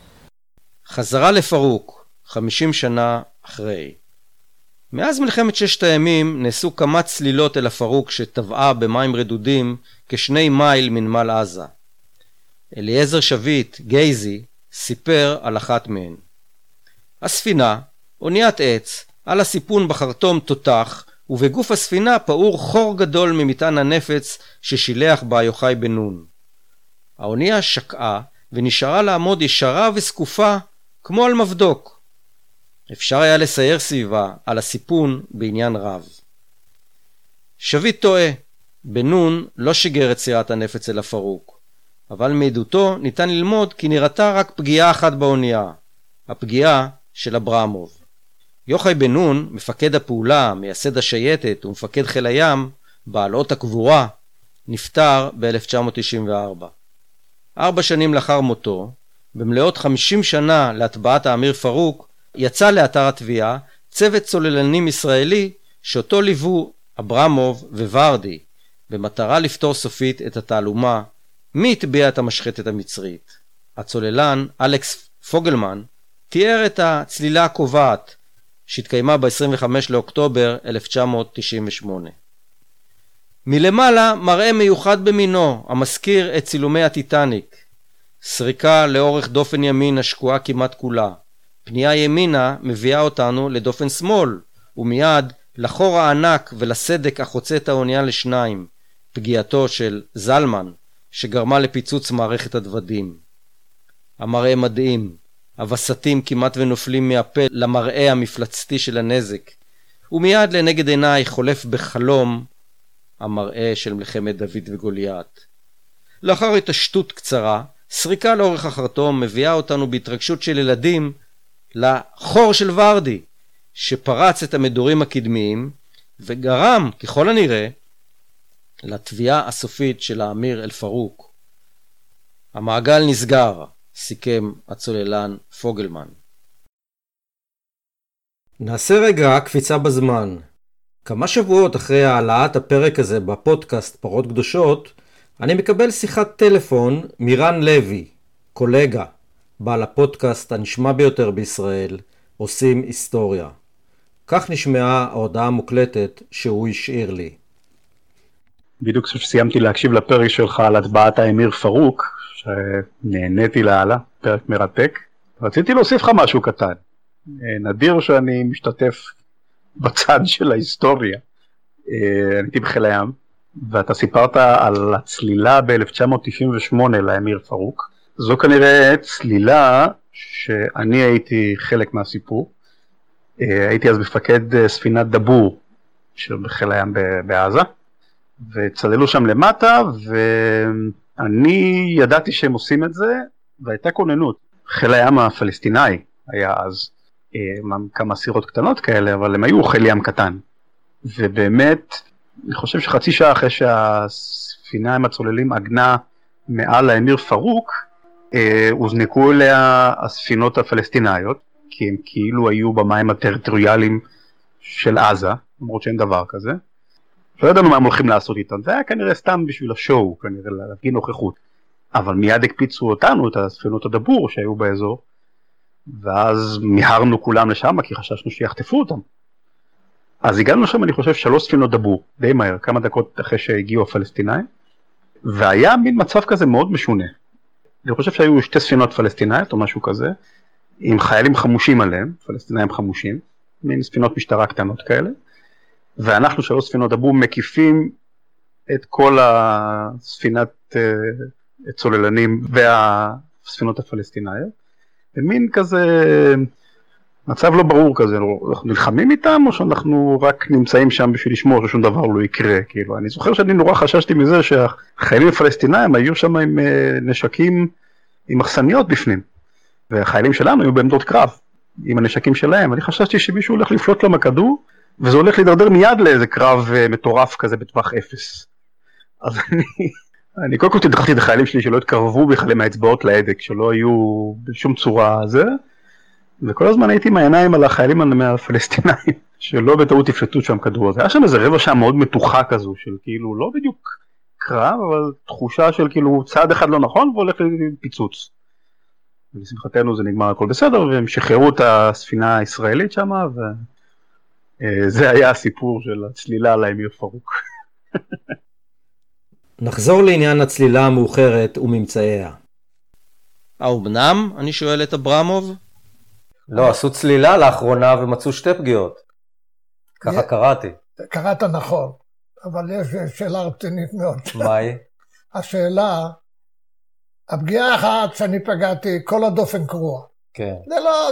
חזרה לפרוק, חמישים שנה אחרי. מאז מלחמת ששת הימים נעשו כמה צלילות אל הפרוק שטבעה במים רדודים כשני מייל מנמל עזה. אליעזר שביט, גייזי, סיפר על אחת מהן. הספינה, אוניית עץ, על הסיפון בחרטום תותח, ובגוף הספינה פעור חור גדול ממטען הנפץ ששילח בה יוחאי בן נון. האונייה שקעה ונשארה לעמוד ישרה וסקופה כמו על מבדוק. אפשר היה לסייר סביבה על הסיפון בעניין רב. שביט טועה, בן נון לא שיגר את סירת הנפץ אל הפרוק, אבל מעדותו ניתן ללמוד כי נראתה רק פגיעה אחת באונייה, הפגיעה של אברמוב. יוחאי בן נון, מפקד הפעולה, מייסד השייטת ומפקד חיל הים, בעל אות הקבורה, נפטר ב-אלף תשע מאות תשעים וארבע. ארבע שנים לאחר מותו, במלאות חמישים שנה להטבעת האמיר פרוק, יצא לאתר התביעה צוות צוללנים ישראלי שאותו ליוו אברמוב וורדי, במטרה לפתור סופית את התעלומה מי הטביע את המשחטת המצרית. הצוללן אלכס פוגלמן תיאר את הצלילה הקובעת שהתקיימה ב-עשרים וחמישה לאוקטובר אלף תשע מאות תשעים ושמונה. מלמעלה מראה מיוחד במינו המזכיר את צילומי הטיטניק. סריקה לאורך דופן ימין השקועה כמעט כולה. פנייה ימינה מביאה אותנו לדופן שמאל, ומיד לחור הענק ולסדק החוצה את האונייה לשניים, פגיעתו של זלמן, שגרמה לפיצוץ מערכת הדוודים. המראה מדהים, הווסתים כמעט ונופלים מהפה למראה המפלצתי של הנזק, ומיד לנגד עיניי חולף בחלום המראה של מלחמת דוד וגוליית. לאחר התעשתות קצרה, סריקה לאורך החרטום מביאה אותנו בהתרגשות של ילדים לחור של ורדי, שפרץ את המדורים הקדמיים וגרם, ככל הנראה, לתביעה הסופית של האמיר אל-פרוק. המעגל נסגר, סיכם הצוללן פוגלמן. נעשה רגע קפיצה בזמן. כמה שבועות אחרי העלאת הפרק הזה בפודקאסט פרות קדושות, אני מקבל שיחת טלפון מירן לוי, קולגה, בעל הפודקאסט הנשמע ביותר בישראל, עושים היסטוריה. כך נשמעה ההודעה המוקלטת שהוא השאיר לי. בדיוק כשסיימתי להקשיב לפרק שלך על הטבעת האמיר פרוק, שנהניתי להעלה, פרק מרתק, רציתי להוסיף לך משהו קטן. נדיר שאני משתתף בצד של ההיסטוריה. אני הייתי בחיל הים, ואתה סיפרת על הצלילה ב-אלף תשע מאות תשעים ושמונה לאמיר פרוק. זו כנראה צלילה שאני הייתי חלק מהסיפור. הייתי אז מפקד ספינת דבור של בחיל הים בעזה, וצללו שם למטה, ואני ידעתי שהם עושים את זה, והייתה כוננות. חיל הים הפלסטיני היה אז כמה סירות קטנות כאלה, אבל הם היו חיל ים קטן. ובאמת, אני חושב שחצי שעה אחרי שהספינה עם הצוללים עגנה מעל האמיר פרוק, הוזנקו אליה הספינות הפלסטיניות, כי הם כאילו היו במים הטריטוריאליים של עזה, למרות שאין דבר כזה. לא ידענו מה הם הולכים לעשות איתם, זה היה כנראה סתם בשביל השואו, כנראה להפגין נוכחות. אבל מיד הקפיצו אותנו, את הספינות הדבור שהיו באזור, ואז מיהרנו כולם לשם, כי חששנו שיחטפו אותם. אז הגענו שם, אני חושב, שלוש ספינות דבור, די מהר, כמה דקות אחרי שהגיעו הפלסטינאים, והיה מין מצב כזה מאוד משונה. אני חושב שהיו שתי ספינות פלסטינאיות או משהו כזה, עם חיילים חמושים עליהם, פלסטינאים חמושים, מין ספינות משטרה קטנות כאלה, ואנחנו שלוש ספינות דבור מקיפים את כל הספינת צוללנים והספינות הפלסטינאיות, ומין כזה מצב לא ברור כזה, אנחנו נלחמים איתם או שאנחנו רק נמצאים שם בשביל לשמור ששום דבר לא יקרה, כאילו. אני זוכר שאני נורא חששתי מזה שהחיילים הפלסטינאים היו שם עם נשקים, עם מחסניות בפנים, והחיילים שלנו היו בעמדות קרב עם הנשקים שלהם. אני חששתי שמישהו הולך לפלוט להם הכדור, וזה הולך להידרדר מיד לאיזה קרב מטורף כזה בטווח אפס. אז אני, אני קודם כל תדחתי את החיילים שלי שלא התקרבו בכלל עם האצבעות להדק, שלא היו בשום צורה זה, וכל הזמן הייתי עם העיניים על החיילים הפלסטינאים, שלא בטעות תפלטו שם כדור. זה היה שם איזה רבע שעה מאוד מתוחה כזו, של כאילו לא בדיוק קרב, אבל תחושה של כאילו צעד אחד לא נכון, והולך לפיצוץ. ולשמחתנו זה נגמר הכל בסדר, והם שחררו את הספינה הישראלית שם, וזה היה הסיפור של הצלילה על האמיר פרוק. נחזור לעניין הצלילה המאוחרת וממצאיה. האומנם? אני שואל את אברמוב. לא, עשו צלילה לאחרונה ומצאו שתי פגיעות. ככה קראתי. קראת נכון, אבל יש שאלה רצינית מאוד. מה היא? השאלה, הפגיעה אחת שאני פגעתי, כל הדופן קרוע. כן. זה לא,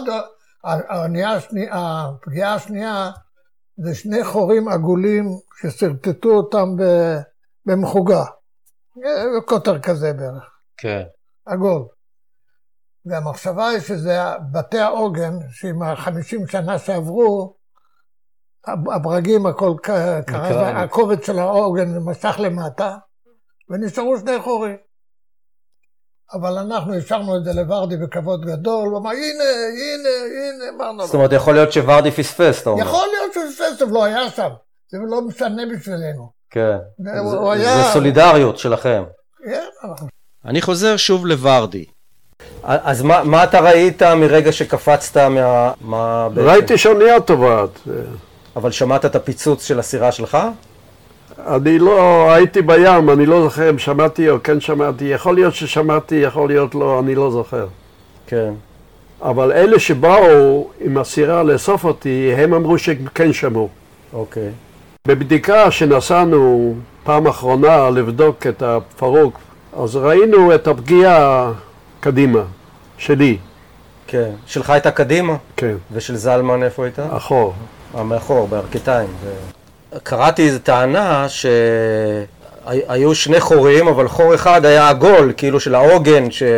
הפגיעה השנייה, זה שני חורים עגולים שסרטטו אותם במחוגה. קוטר כזה בערך. כן. עגול. והמחשבה היא שזה בתי העוגן, שעם החמישים שנה שעברו, הברגים הכל קרה, הכובד של העוגן משך למטה, ונשארו שני חורים. אבל אנחנו השארנו את זה לוורדי בכבוד גדול, ואמר, הנה, הנה, הנה, אמרנו. זאת אומרת, יכול להיות שוורדי פספס, אתה אומר. יכול להיות שהוא פספס, אבל לא היה שם. זה לא משנה בשבילנו. כן. זה סולידריות שלכם. כן. אני חוזר שוב לוורדי. אז מה, מה אתה ראית מרגע שקפצת מה... מה ראיתי שאונייה טובעת. אבל שמעת את הפיצוץ של הסירה שלך? אני לא הייתי בים, אני לא זוכר אם שמעתי או כן שמעתי. יכול להיות ששמעתי, יכול להיות לא, אני לא זוכר. כן. אבל אלה שבאו עם הסירה לאסוף אותי, הם אמרו שכן שמעו. אוקיי. בבדיקה שנסענו פעם אחרונה לבדוק את הפרוק, אז ראינו את הפגיעה קדימה, שלי. כן. שלך הייתה קדימה? כן. ושל זלמן איפה הייתה? אחור. מאחור, בארכיטיים. ו... קראתי איזו טענה שהיו שני חורים, אבל חור אחד היה עגול, כאילו של העוגן ש...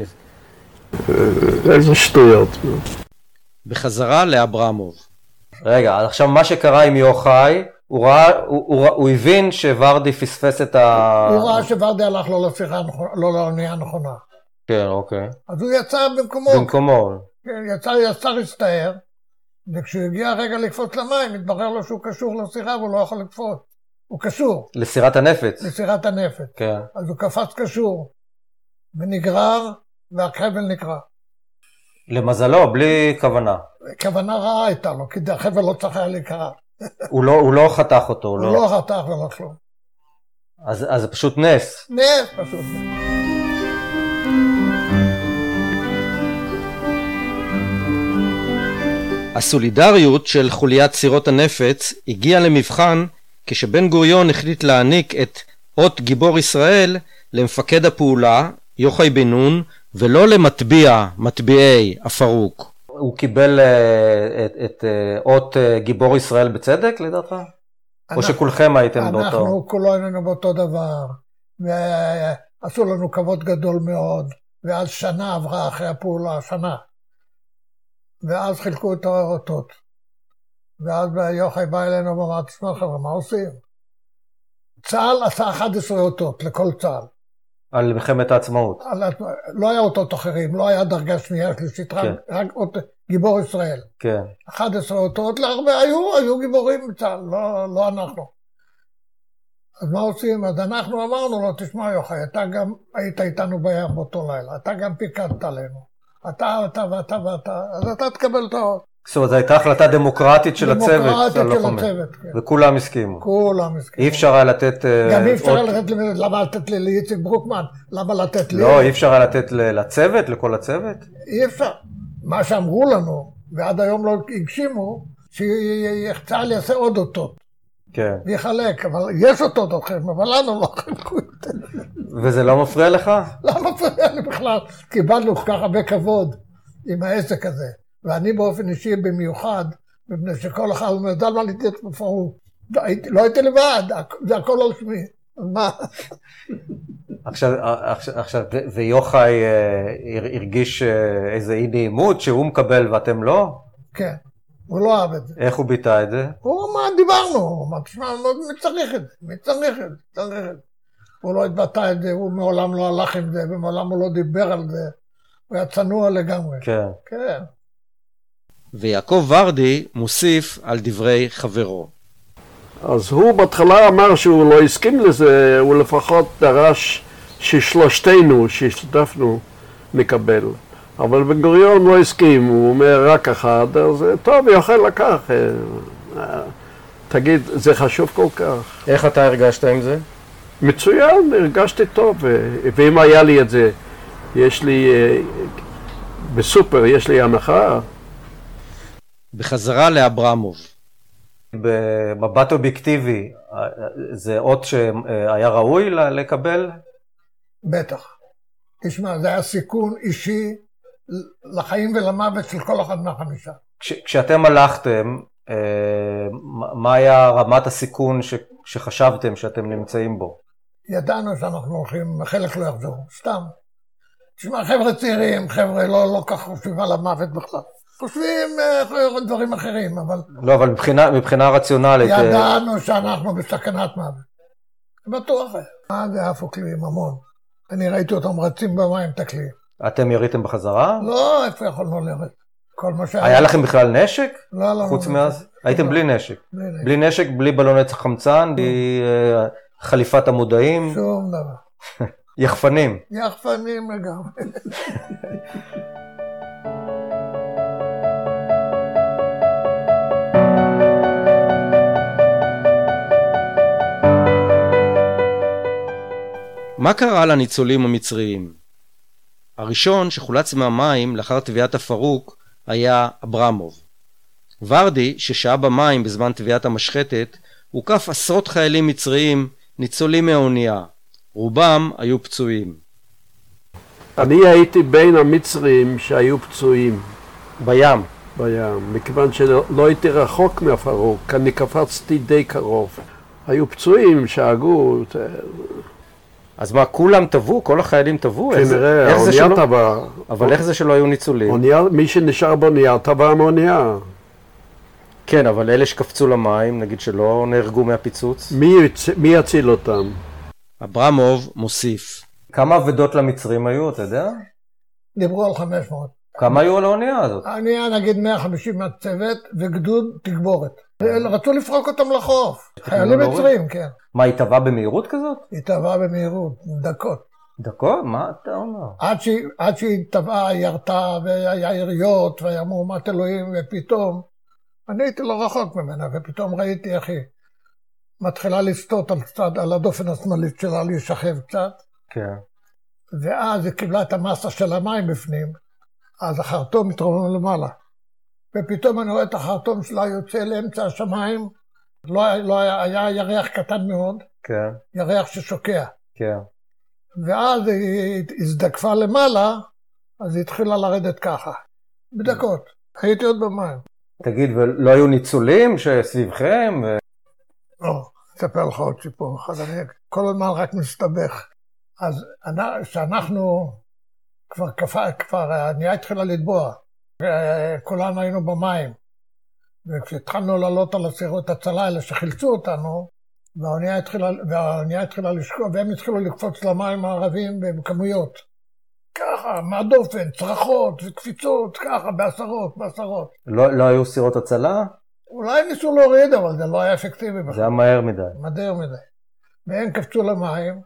איזה שטויות. בחזרה לאברמוב. רגע, עכשיו מה שקרה עם יוחאי, הוא ראה, הוא, הוא, הוא הבין שוורדי פספס את ה... הוא ראה שוורדי הלך לו לשיחה, לא לאונייה הנכונה. כן, אוקיי. אז הוא יצא במקומו. במקומו. כן, יצא, יצא להסתער, וכשהוא הגיע רגע לקפוץ למים, התברר לו שהוא קשור לסירה והוא לא יכול לקפוץ. הוא קשור. לסירת הנפץ. לסירת הנפץ. כן. אז הוא קפץ קשור, ונגרר, והחבל נקרע. למזלו, בלי כוונה. כוונה רעה הייתה לו, כי החבל לא צריך היה להיקרע. הוא לא, הוא לא חתך אותו. הוא לא, לא חתך ולא כלום. אז, אז זה פשוט נס. נס, פשוט נס. הסולידריות של חוליית סירות הנפץ הגיעה למבחן כשבן גוריון החליט להעניק את אות גיבור ישראל למפקד הפעולה יוחאי בן נון ולא למטביע, מטביעי הפרוק. הוא קיבל את, את אות גיבור ישראל בצדק לדעתך? או שכולכם הייתם באותו? אנחנו כולנו היינו באותו דבר, ועשו לנו כבוד גדול מאוד, ואז שנה עברה אחרי הפעולה, שנה. ואז חילקו את האותות. ואז יוחאי בא אלינו ואמר, תשמע חבר'ה, מה עושים? צה"ל עשה אחת עשרה אותות לכל צה"ל. על מלחמת העצמאות. על, לא היה אותות אחרים, לא היה דרגה שנייה שלישית, כן. רק, רק אות גיבור ישראל. כן. אחת עשרה אותות, להרבה היו, היו גיבורים בצה"ל, לא, לא אנחנו. אז מה עושים? אז אנחנו אמרנו לו, תשמע יוחאי, אתה גם היית איתנו בים באותו לילה, אתה גם פיקדת עלינו. אתה, אתה ואתה ואתה, אז אתה תקבל את האות. זאת אומרת, זו הייתה החלטה דמוקרטית של הצוות. דמוקרטית של הצוות, כן. וכולם הסכימו. כולם הסכימו. אי אפשר היה לתת... גם אי אפשר היה לתת, למה לתת לי ליציק ברוקמן? למה לתת לי? לא, אי אפשר היה לתת לצוות, לכל הצוות? אי אפשר. מה שאמרו לנו, ועד היום לא הגשימו, שצה"ל יעשה עוד אותות. כן. ויחלק, אבל יש אותות אחרים, אבל לנו לא חלקו יותר. וזה לא מפריע לך? לא מפריע לי בכלל. קיבלנו כל כך הרבה כבוד עם העסק הזה. ואני באופן אישי במיוחד, מפני שכל אחד אומר, דל מה לתת בפורום. לא הייתי לבד, זה הכל על שמי. מה? עכשיו, עכשיו, ויוחאי הרגיש איזה אי נעימות שהוא מקבל ואתם לא? כן. הוא לא אהב את זה. איך הוא ביטא את זה? הוא אמר, דיברנו, הוא אמר, תשמע, מי צריך את זה? מי צריך את זה? צריך את זה. הוא לא התבטא את זה, הוא מעולם לא הלך עם זה, ומעולם הוא לא דיבר על זה. הוא היה צנוע לגמרי. כן. כן. ויעקב ורדי מוסיף על דברי חברו. אז הוא בהתחלה אמר שהוא לא הסכים לזה, הוא לפחות דרש ששלושתנו, שהשתתפנו, נקבל. אבל בן גוריון לא הסכים, הוא אומר רק אחד, אז טוב, יוכל לקח. תגיד, זה חשוב כל כך. איך אתה הרגשת עם זה? מצוין, הרגשתי טוב, ואם היה לי את זה, יש לי, בסופר יש לי הנחה. בחזרה לאברמוב. במבט אובייקטיבי, זה אות שהיה ראוי לקבל? בטח. תשמע, זה היה סיכון אישי לחיים ולמוות של כל אחד מהחמישה. כש, כשאתם הלכתם, מה היה רמת הסיכון ש, שחשבתם שאתם נמצאים בו? ידענו שאנחנו הולכים, חלק לא יחזור, סתם. תשמע, חבר'ה צעירים, חבר'ה לא, לא כך חושבים על המוות בכלל. חושבים דברים אחרים, אבל... לא, אבל מבחינה, מבחינה רציונלית... ידענו שאנחנו בסכנת מוות. בטוח. מה זה עפו קליעים המון. אני ראיתי אותם רצים במים את הקליעים. אתם יריתם בחזרה? לא, איפה יכולנו לרדת? כל מה שהיה... היה לכם בכלל נשק? לא, לא. חוץ מאז? הייתם בלי נשק? בלי נשק, בלי בלוני חמצן, בלי חליפת המודעים? שום דבר. יחפנים. יחפנים לגמרי. מה קרה לניצולים המצריים? הראשון שחולץ מהמים לאחר טביעת הפרוק היה אברמוב. ורדי, ששהה במים בזמן טביעת המשחטת, הוקף עשרות חיילים מצריים ניצולים מהאונייה. רובם היו פצועים. אני הייתי בין המצרים שהיו פצועים בים. בים, מכיוון שלא הייתי רחוק מהפרוק, אני קפצתי די קרוב. היו פצועים שהגו... אז מה, כולם טבעו? כל החיילים טבעו? כנראה, האונייה טבעה. אבל איך זה שלא היו ניצולים? אונייה, מי שנשאר באונייה טבע מהאונייה. כן, אבל אלה שקפצו למים, נגיד שלא נהרגו מהפיצוץ? מי, מי יציל אותם? אברמוב מוסיף. כמה אבדות למצרים היו, אתה יודע? דיברו על חמש מאות. כמה היו על האונייה הזאת? האונייה נגיד מאה וחמישים מהצוות וגדוד תגבורת. רצו לפרוק אותם לחוף. חיילים מצרים, כן. מה, היא טבעה במהירות כזאת? היא טבעה במהירות, דקות. דקות? מה אתה אומר? עד שהיא, עד שהיא טבעה, היא ירתה, והיה יריות, והיה מהומת אלוהים, ופתאום, אני הייתי לא רחוק ממנה, ופתאום ראיתי איך היא מתחילה לסטות על קצת, על הדופן השמאלית שלה, להישכב קצת. כן. ואז היא קיבלה את המסה של המים בפנים, אז החרטום מתרומם למעלה. ופתאום אני רואה את החרטום שלה יוצא לאמצע השמיים, לא, לא היה, היה ירח קטן מאוד, כן. ירח ששוקע. כן. ואז היא הזדקפה למעלה, אז היא התחילה לרדת ככה, בדקות. הייתי עוד במים. תגיד, ולא היו ניצולים שסביבכם? ו... לא, אספר לך עוד סיפור אחד, אני כל הזמן רק מסתבך. אז כשאנחנו כבר קפה, כבר האונייה התחילה לטבוע, וכולנו היינו במים, וכשהתחלנו לעלות על הסירות הצלה האלה שחילצו אותנו, והאונייה התחילה, והאונייה התחילה לשקוע, והם התחילו לקפוץ למים הערבים בכמויות. ככה, מהדופן, צרחות וקפיצות, ככה, בעשרות, בעשרות. לא, לא היו סירות הצלה? אולי ניסו להוריד, אבל זה לא היה אפקטיבי. זה היה מהר מדי. מהר מדי. והם קפצו למים,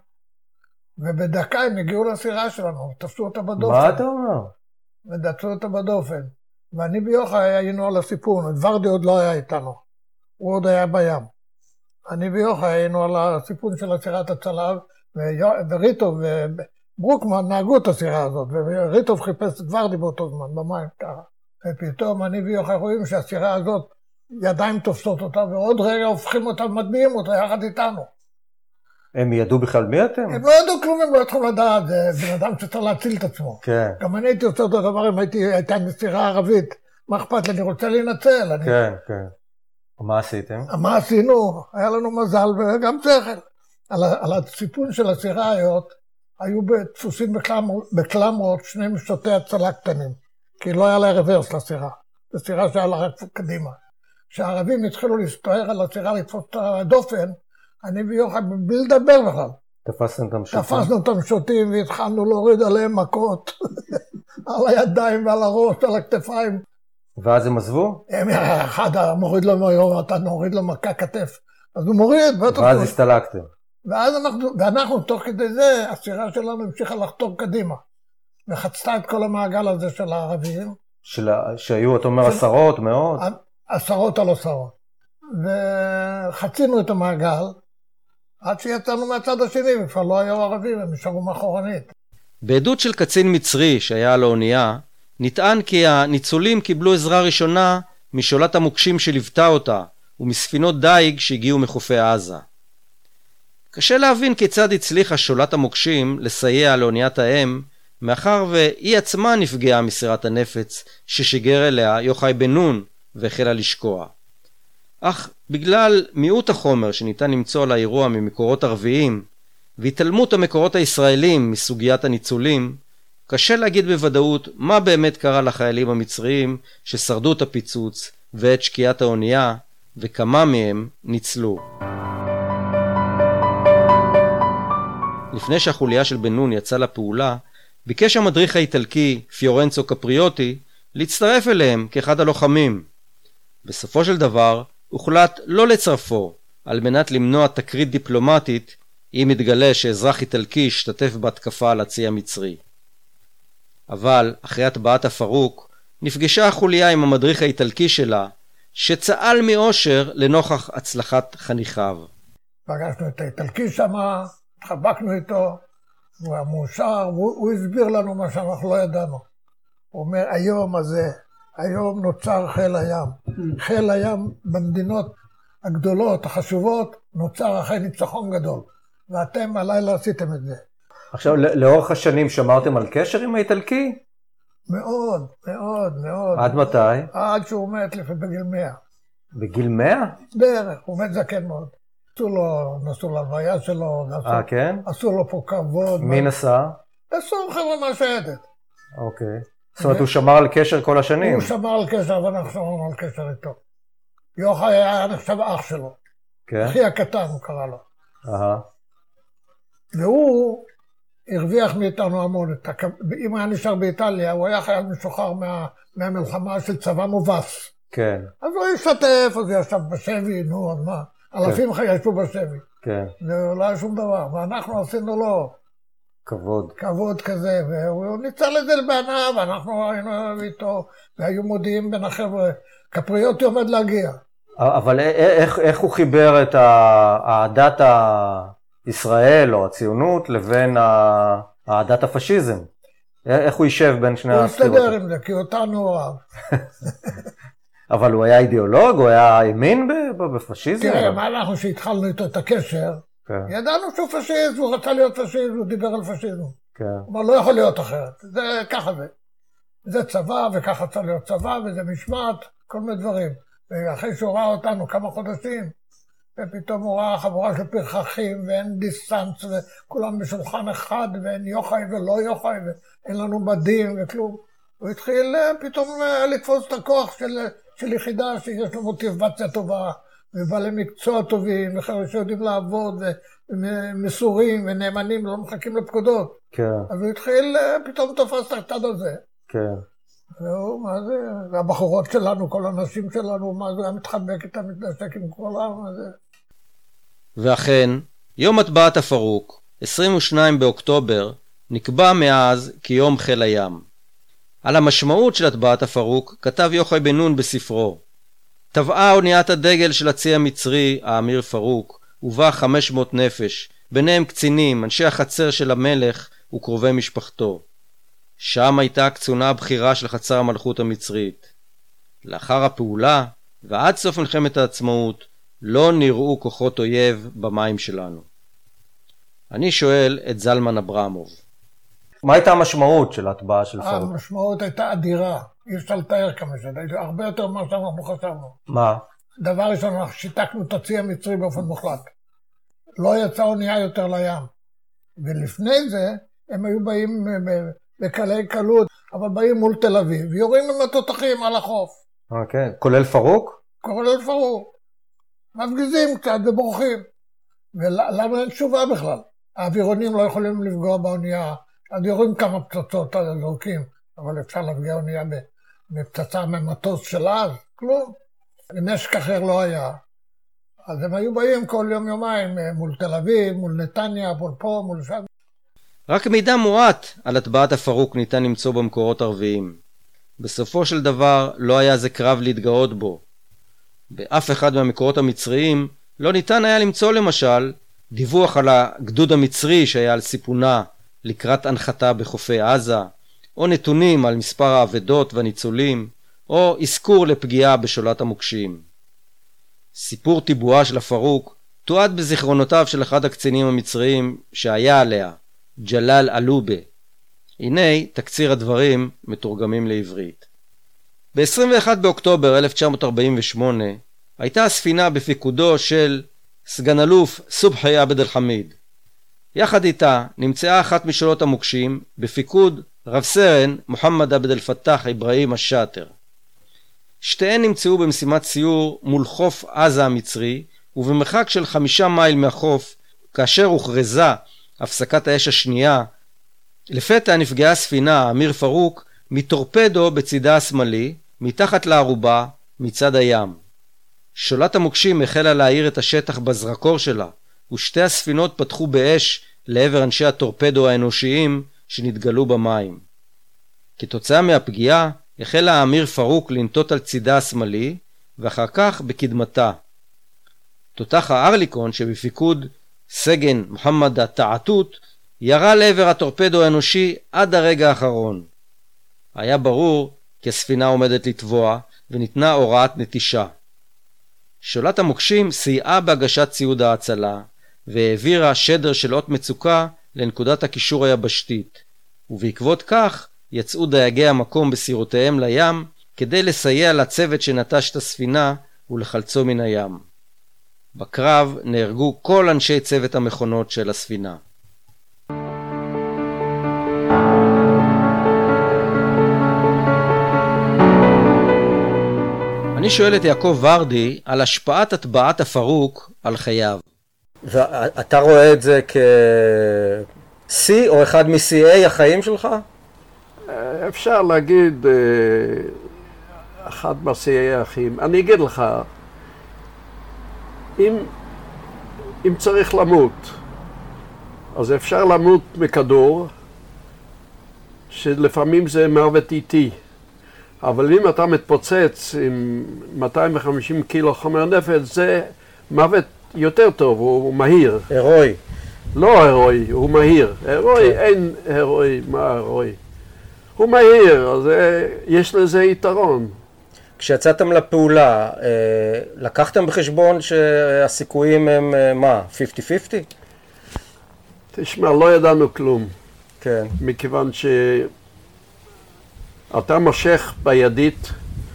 ובדקה הם הגיעו לסירה שלנו, תפסו אותה בדופן. מה אתה אומר? ודצו אותה בדופן. ואני ויוחאי היינו על הסיפון, ורדי עוד לא היה איתנו. הוא עוד היה בים. אני ויוחאי היינו על הסיפון של הסירת הצלב, וריטוב וברוקמן נהגו את הסירה הזאת, וריטוב חיפש את ורדי באותו זמן, במים ככה. ופתאום אני ויוחאי רואים שהסירה הזאת, ידיים תופסות אותה, ועוד רגע הופכים אותה ומטביעים אותה יחד איתנו. הם ידעו בכלל מי אתם? הם לא ידעו כלום, הם לא יכולים לדעת, זה בן אדם שצריך להציל את עצמו. כן. גם אני הייתי עושה אותו דבר אם הייתה מסירה ערבית. מה אכפת לי? אני רוצה להינצל. אני... כן, כן. ומה עשיתם? מה עשינו? היה לנו מזל וגם שכל. על, על הסיפון של הסירה הזאת, היו תפוסים בקלמרות שני משוטי הצלה קטנים, כי לא היה לה רוורס לסירה. זו סירה שהיה לה רק קדימה. כשהערבים התחילו להסתער על הסירה לתפוס את הדופן, אני ויוחאי בלי לדבר בכלל. תפסנו את המשוטים? תפסנו את המשוטים והתחלנו להוריד עליהם מכות, על הידיים ועל הראש, על הכתפיים. ואז הם עזבו? הם, אחד מוריד לו מהיום, אתה נוריד לו מכה כתף. אז הוא מוריד. ואז הסתלקתם. ואז אנחנו, ואנחנו תוך כדי זה, הסירה שלנו המשיכה לחתור קדימה. וחצתה את כל המעגל הזה של הערבים. של, שהיו, אתה אומר, עשרות, מאות? עשרות על עשרות. וחצינו את המעגל, עד שיצאנו מהצד השני, וכבר לא היו ערבים, הם נשארו מאחורנית. בעדות של קצין מצרי שהיה על האונייה, נטען כי הניצולים קיבלו עזרה ראשונה משולת המוקשים שליוותה אותה, ומספינות דייג שהגיעו מחופי עזה. קשה להבין כיצד הצליחה שולת המוקשים לסייע לאוניית האם, מאחר והיא עצמה נפגעה מסירת הנפץ ששיגר אליה יוחאי בן נון והחלה לשקוע. אך בגלל מיעוט החומר שניתן למצוא על האירוע ממקורות ערביים, והתעלמות המקורות הישראלים מסוגיית הניצולים, קשה להגיד בוודאות מה באמת קרה לחיילים המצריים ששרדו את הפיצוץ ואת שקיעת האונייה, וכמה מהם ניצלו. לפני שהחוליה של בן נון יצאה לפעולה, ביקש המדריך האיטלקי פיורנצו קפריוטי להצטרף אליהם כאחד הלוחמים. בסופו של דבר הוחלט לא לצרפו, על מנת למנוע תקרית דיפלומטית אם יתגלה שאזרח איטלקי השתתף בהתקפה על הצי המצרי. אבל אחרי הטבעת הפרוק נפגשה החוליה עם המדריך האיטלקי שלה, שצעל מאושר לנוכח הצלחת חניכיו. פגשנו את האיטלקי שם, התחבקנו איתו, הוא היה מאושר, הוא, הוא הסביר לנו מה שאנחנו לא ידענו. הוא אומר, היום הזה, היום נוצר חיל הים. חיל הים במדינות הגדולות, החשובות, נוצר אחרי ניצחון גדול. ואתם הלילה עשיתם את זה. עכשיו, לאורך השנים שמרתם על קשר עם האיטלקי? מאוד, מאוד, מאוד. עד מתי? עד שהוא מת לפני בגיל מאה. בגיל מאה? בערך, הוא מת זקן מאוד. עשו לו, נסעו להלוויה שלו. אה, כן? עשו לו פה כבוד. מי נסע? עשו חבר'ה מהשייטת. אוקיי. זאת אומרת, הוא שמר על קשר כל השנים? הוא שמר על קשר, אבל אנחנו שמרנו על קשר איתו. יוחאי היה נחשב אח שלו. כן? אחי הקטן, הוא קרא לו. אהה. והוא הרוויח מאיתנו המון. אם היה נשאר באיטליה, הוא היה חייל משוחרר מה, מהמלחמה של צבא מובס. כן. אז הוא השתתף, אז הוא ישב בשבי, נו, אז מה? אלפים כן. ישבו בשבי. כן. זה לא היה שום דבר, ואנחנו עשינו לו כבוד. כבוד כזה, והוא ניצל את זה לבענה, ואנחנו היינו איתו, והיו מודיעים בין החבר'ה, קפריוטי עומד להגיע. אבל איך, איך הוא חיבר את העדת הישראל או הציונות לבין העדת הפשיזם? איך הוא יישב בין שני הספירות? הוא הסתדר עם זה, כי אותנו הוא אוהב. אבל הוא היה אידיאולוג? הוא היה האמין בפשיזם? תראה, מה אנחנו שהתחלנו איתו את הקשר, כן. ידענו שהוא פשיזם, הוא רצה להיות פשיזם, הוא דיבר על פשיזם. כן. אבל לא יכול להיות אחרת, זה ככה זה. זה צבא, וככה צריך להיות צבא, וזה משמעת, כל מיני דברים. ואחרי שהוא ראה אותנו כמה חודשים, ופתאום הוא ראה חבורה של פרחחים, ואין דיסטנס, וכולם בשולחן אחד, ואין יוחאי ולא יוחאי, ואין לנו בדים וכלום. הוא התחיל פתאום לתפוס את הכוח של, של יחידה שיש לו מוטיבציה טובה, ובעלי מקצוע טובים, וחבר'ה שיודעים לעבוד, ומסורים ונאמנים, לא מחכים לפקודות. כן. אז הוא התחיל, פתאום תופס את הצד הזה. כן. והוא, מה זה? והבחורות שלנו, כל הנשים שלנו, מה זה? היה מתחבק איתם, מתנשק עם כל העם הזה. ואכן, יום הטבעת הפרוק, עשרים ושניים באוקטובר, נקבע מאז כיום חיל הים. על המשמעות של הטבעת הפרוק כתב יוחאי בן נון בספרו. טבעה אוניית הדגל של הצי המצרי, האמיר פרוק, ובה חמש מאות נפש, ביניהם קצינים, אנשי החצר של המלך וקרובי משפחתו. שם הייתה הקצונה הבכירה של חצר המלכות המצרית. לאחר הפעולה, ועד סוף מלחמת העצמאות, לא נראו כוחות אויב במים שלנו. אני שואל את זלמן אברמוב. מה הייתה המשמעות של ההטבעה של פרוק? המשמעות הייתה אדירה. אי אפשר לתאר כמה שזה. הרבה יותר ממה שאנחנו חשבנו. מה? דבר ראשון, אנחנו שיתקנו את הצי המצרי באופן מוחלט. לא יצא אונייה יותר לים. ולפני זה, הם היו באים בקלי קלות, אבל באים מול תל אביב, ויורים עם התותחים על החוף. אוקיי, כולל פרוק? כולל פרוק. מפגיזים קצת ובורחים. ולמה אין תשובה בכלל? האווירונים לא יכולים לפגוע באונייה, אז יורים כמה פצצות על הזורקים, אבל אפשר להפגיע אונייה בפצצה ממטוס של אז, כלום. נשק אחר לא היה. אז הם היו באים כל יום יומיים מול תל אביב, מול נתניה, מול פה, מול שם. רק מידע מועט על הטבעת הפרוק ניתן למצוא במקורות ערביים. בסופו של דבר לא היה זה קרב להתגאות בו. באף אחד מהמקורות המצריים לא ניתן היה למצוא למשל דיווח על הגדוד המצרי שהיה על סיפונה לקראת הנחתה בחופי עזה, או נתונים על מספר האבדות והניצולים, או אזכור לפגיעה בשולט המוקשים. סיפור טיבועה של הפרוק תועד בזיכרונותיו של אחד הקצינים המצריים שהיה עליה, ג'לאל אלובה. הנה תקציר הדברים מתורגמים לעברית. ב-עשרים ואחד באוקטובר אלף תשע מאות ארבעים ושמונה הייתה הספינה בפיקודו של סגן אלוף סובחי עבד אל חמיד. יחד איתה נמצאה אחת משולות המוקשים בפיקוד רב סרן מוחמד עבד אל פתח אברהים השאטר. שתיהן נמצאו במשימת סיור מול חוף עזה המצרי ובמרחק של חמישה מייל מהחוף. כאשר הוכרזה הפסקת האש השנייה, לפתע נפגעה הספינה האמיר פרוק מטורפדו בצידה השמאלי מתחת לערובה מצד הים. שולת המוקשים החלה להאיר את השטח בזרקור שלה, ושתי הספינות פתחו באש לעבר אנשי הטורפדו האנושיים שנתגלו במים. כתוצאה מהפגיעה החל האמיר פרוק לנטות על צידה השמאלי ואחר כך בקדמתה. תותח הארליקון שבפיקוד סגן מוחמד התעתות ירה לעבר הטורפדו האנושי עד הרגע האחרון. היה ברור כי הספינה עומדת לטבוע וניתנה הוראת נטישה. שולת המוקשים סייעה בהגשת ציוד ההצלה והעבירה שדר של אות מצוקה לנקודת הקישור היבשתית, ובעקבות כך יצאו דייגי המקום בסירותיהם לים כדי לסייע לצוות שנטש את הספינה ולחלצו מן הים. בקרב נהרגו כל אנשי צוות המכונות של הספינה. אני שואל את יעקב ורדי על השפעת הטבעת הפרוק על חייו. ואתה רואה את זה כ-C או אחד מ-C A החיים שלך? אפשר להגיד אחד מה-C A החיים. אני אגיד לך, אם, אם צריך למות, אז אפשר למות מכדור, שלפעמים זה מוות איטי. אבל אם אתה מתפוצץ עם מאתיים וחמישים קילו חומר נפץ, זה מוות יותר טוב, הוא מהיר. הרואי. לא הרואי, הוא מהיר. הרואי, אין הרואי, מה הרואי? הוא מהיר, אז יש לזה יתרון. כשיצאתם לפעולה, לקחתם בחשבון שהסיכויים הם מה? חמישים חמישים? תשמע, לא ידענו כלום. כן. מכיוון ש... אתה מושך בידית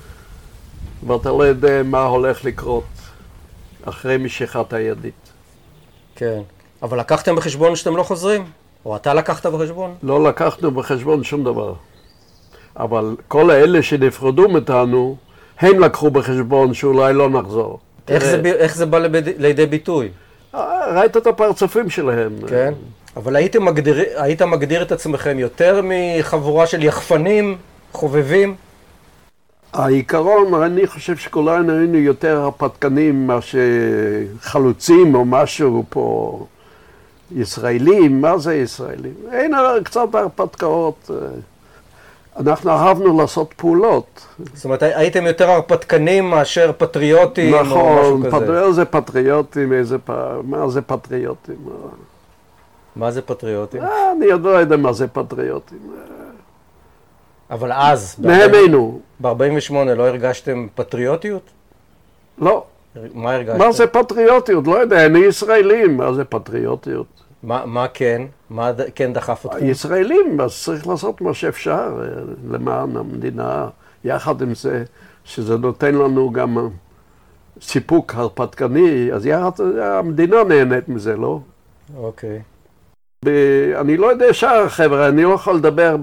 ואתה לא יודע מה הולך לקרות אחרי משיכת הידית. כן. אבל לקחתם בחשבון שאתם לא חוזרים? או אתה לקחת בחשבון? לא לקחנו בחשבון שום דבר. אבל כל האלה שנפרדו מאיתנו, הם לקחו בחשבון שאולי לא נחזור. איך זה, איך זה בא לידי ביטוי? ראית את הפרצופים שלהם. כן. אבל היית מגדיר, היית מגדיר את עצמכם יותר מחבורה של יחפנים, חובבים? העיקרון, אני חושב שכולנו היינו יותר הרפתקנים מאשר חלוצים או משהו פה ישראלים. מה זה ישראלים? היינו קצת הרפתקאות. אנחנו אהבנו לעשות פעולות. זאת אומרת, הייתם יותר הרפתקנים מאשר פטריוטים או משהו כזה? נכון, פטריוט זה פטריוטים, איזה פ... מה זה פטריוטים? מה זה פטריוטים? אני עוד לא יודע מה זה פטריוטים. אבל אז, נהנינו. ב-ארבעים ושמונה לא הרגשתם פטריוטיות? לא. מה הרגשתם? מה זה פטריוטיות? לא יודע, אני ישראלים, מה זה פטריוטיות? מה, מה כן? מה כן דחף אתכם? ישראלים, אז צריך לעשות מה שאפשר למען המדינה, יחד עם זה, שזה נותן לנו גם סיפוק הרפתקני, אז יחד, המדינה נהנית מזה, לא? אוקיי. אני לא יודע שאר החבר'ה, אני לא יכול לדבר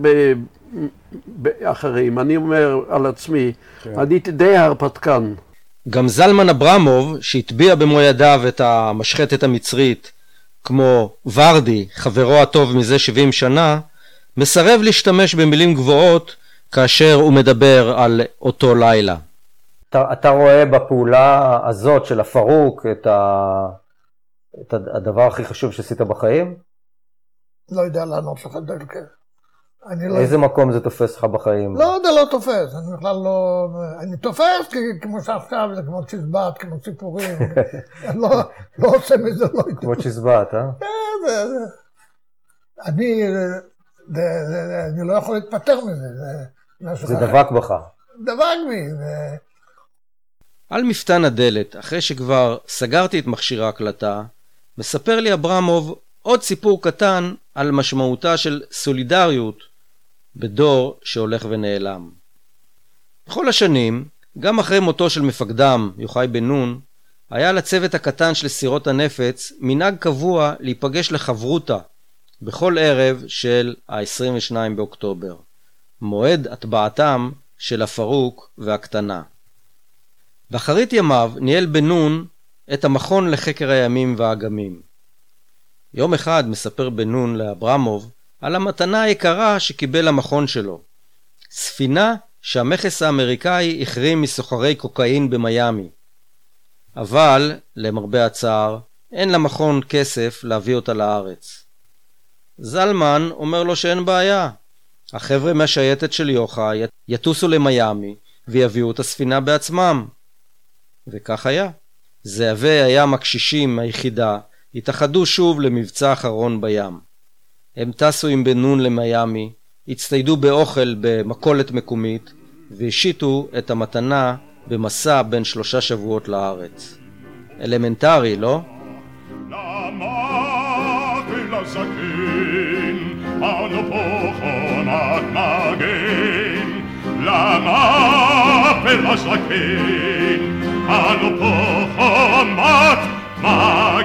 באחרים, אני אומר על עצמי, כן. אני די הרפתקן. גם זלמן אברמוב, שהטביע במו ידיו את המשחטת המצרית, כמו ורדי, חברו הטוב מזה שבעים שנה, מסרב להשתמש במילים גבוהות כאשר הוא מדבר על אותו לילה. אתה, אתה רואה בפעולה הזאת של הפרוק את, ה... את הדבר הכי חשוב שעשית בחיים? לא יודע לענות לך דלקה. איזה לא... מקום זה תופס לך בחיים? לא, זה לא תופס, אני בכלל לא... אני תופס כמו שעכשיו, זה כמו צ'יזבט, כמו ציפורים. אני לא, לא עושה מזה, לא... כמו צ'יזבט, אה? זה, זה... אני... זה, זה, אני לא יכול להתפטר מזה. זה, זה דבק בך. דבק בי. זה... על מפתן הדלת, אחרי שכבר סגרתי את מכשיר ההקלטה, מספר לי אברמוב עוד סיפור קטן על משמעותה של סולידריות בדור שהולך ונעלם. בכל השנים, גם אחרי מותו של מפקדם יוחאי בן נון, היה לצוות הקטן של סירות הנפץ מנהג קבוע להיפגש לחברותה בכל ערב של ה-עשרים ושניים באוקטובר, מועד הטבעתם של הפרוק והקטנה. באחרית ימיו ניהל בן נון את המכון לחקר הימים והאגמים. יום אחד מספר בן נון לאברמוב על המתנה היקרה שקיבל המכון שלו. ספינה שהמכס האמריקאי החרים מסוחרי קוקאין במיימי. אבל, למרבה הצער, אין למכון כסף להביא אותה לארץ. זלמן אומר לו שאין בעיה. החבר'ה מהשייטת של יוחה יטוסו למיימי ויביאו את הספינה בעצמם. וכך היה. זאבי הים הקשישים היחידה התאחדו שוב למבצע אחרון בים. הם טסו עם בן נון למיימי, הצטיידו באוכל במקולת מקומית, והשיתו את המתנה במסע בין שלושה שבועות לארץ. אלמנטרי, לא? La mort, la הזקן, אנו פה חומת מגן, למפל הזקן, אנו פה חומת מגן.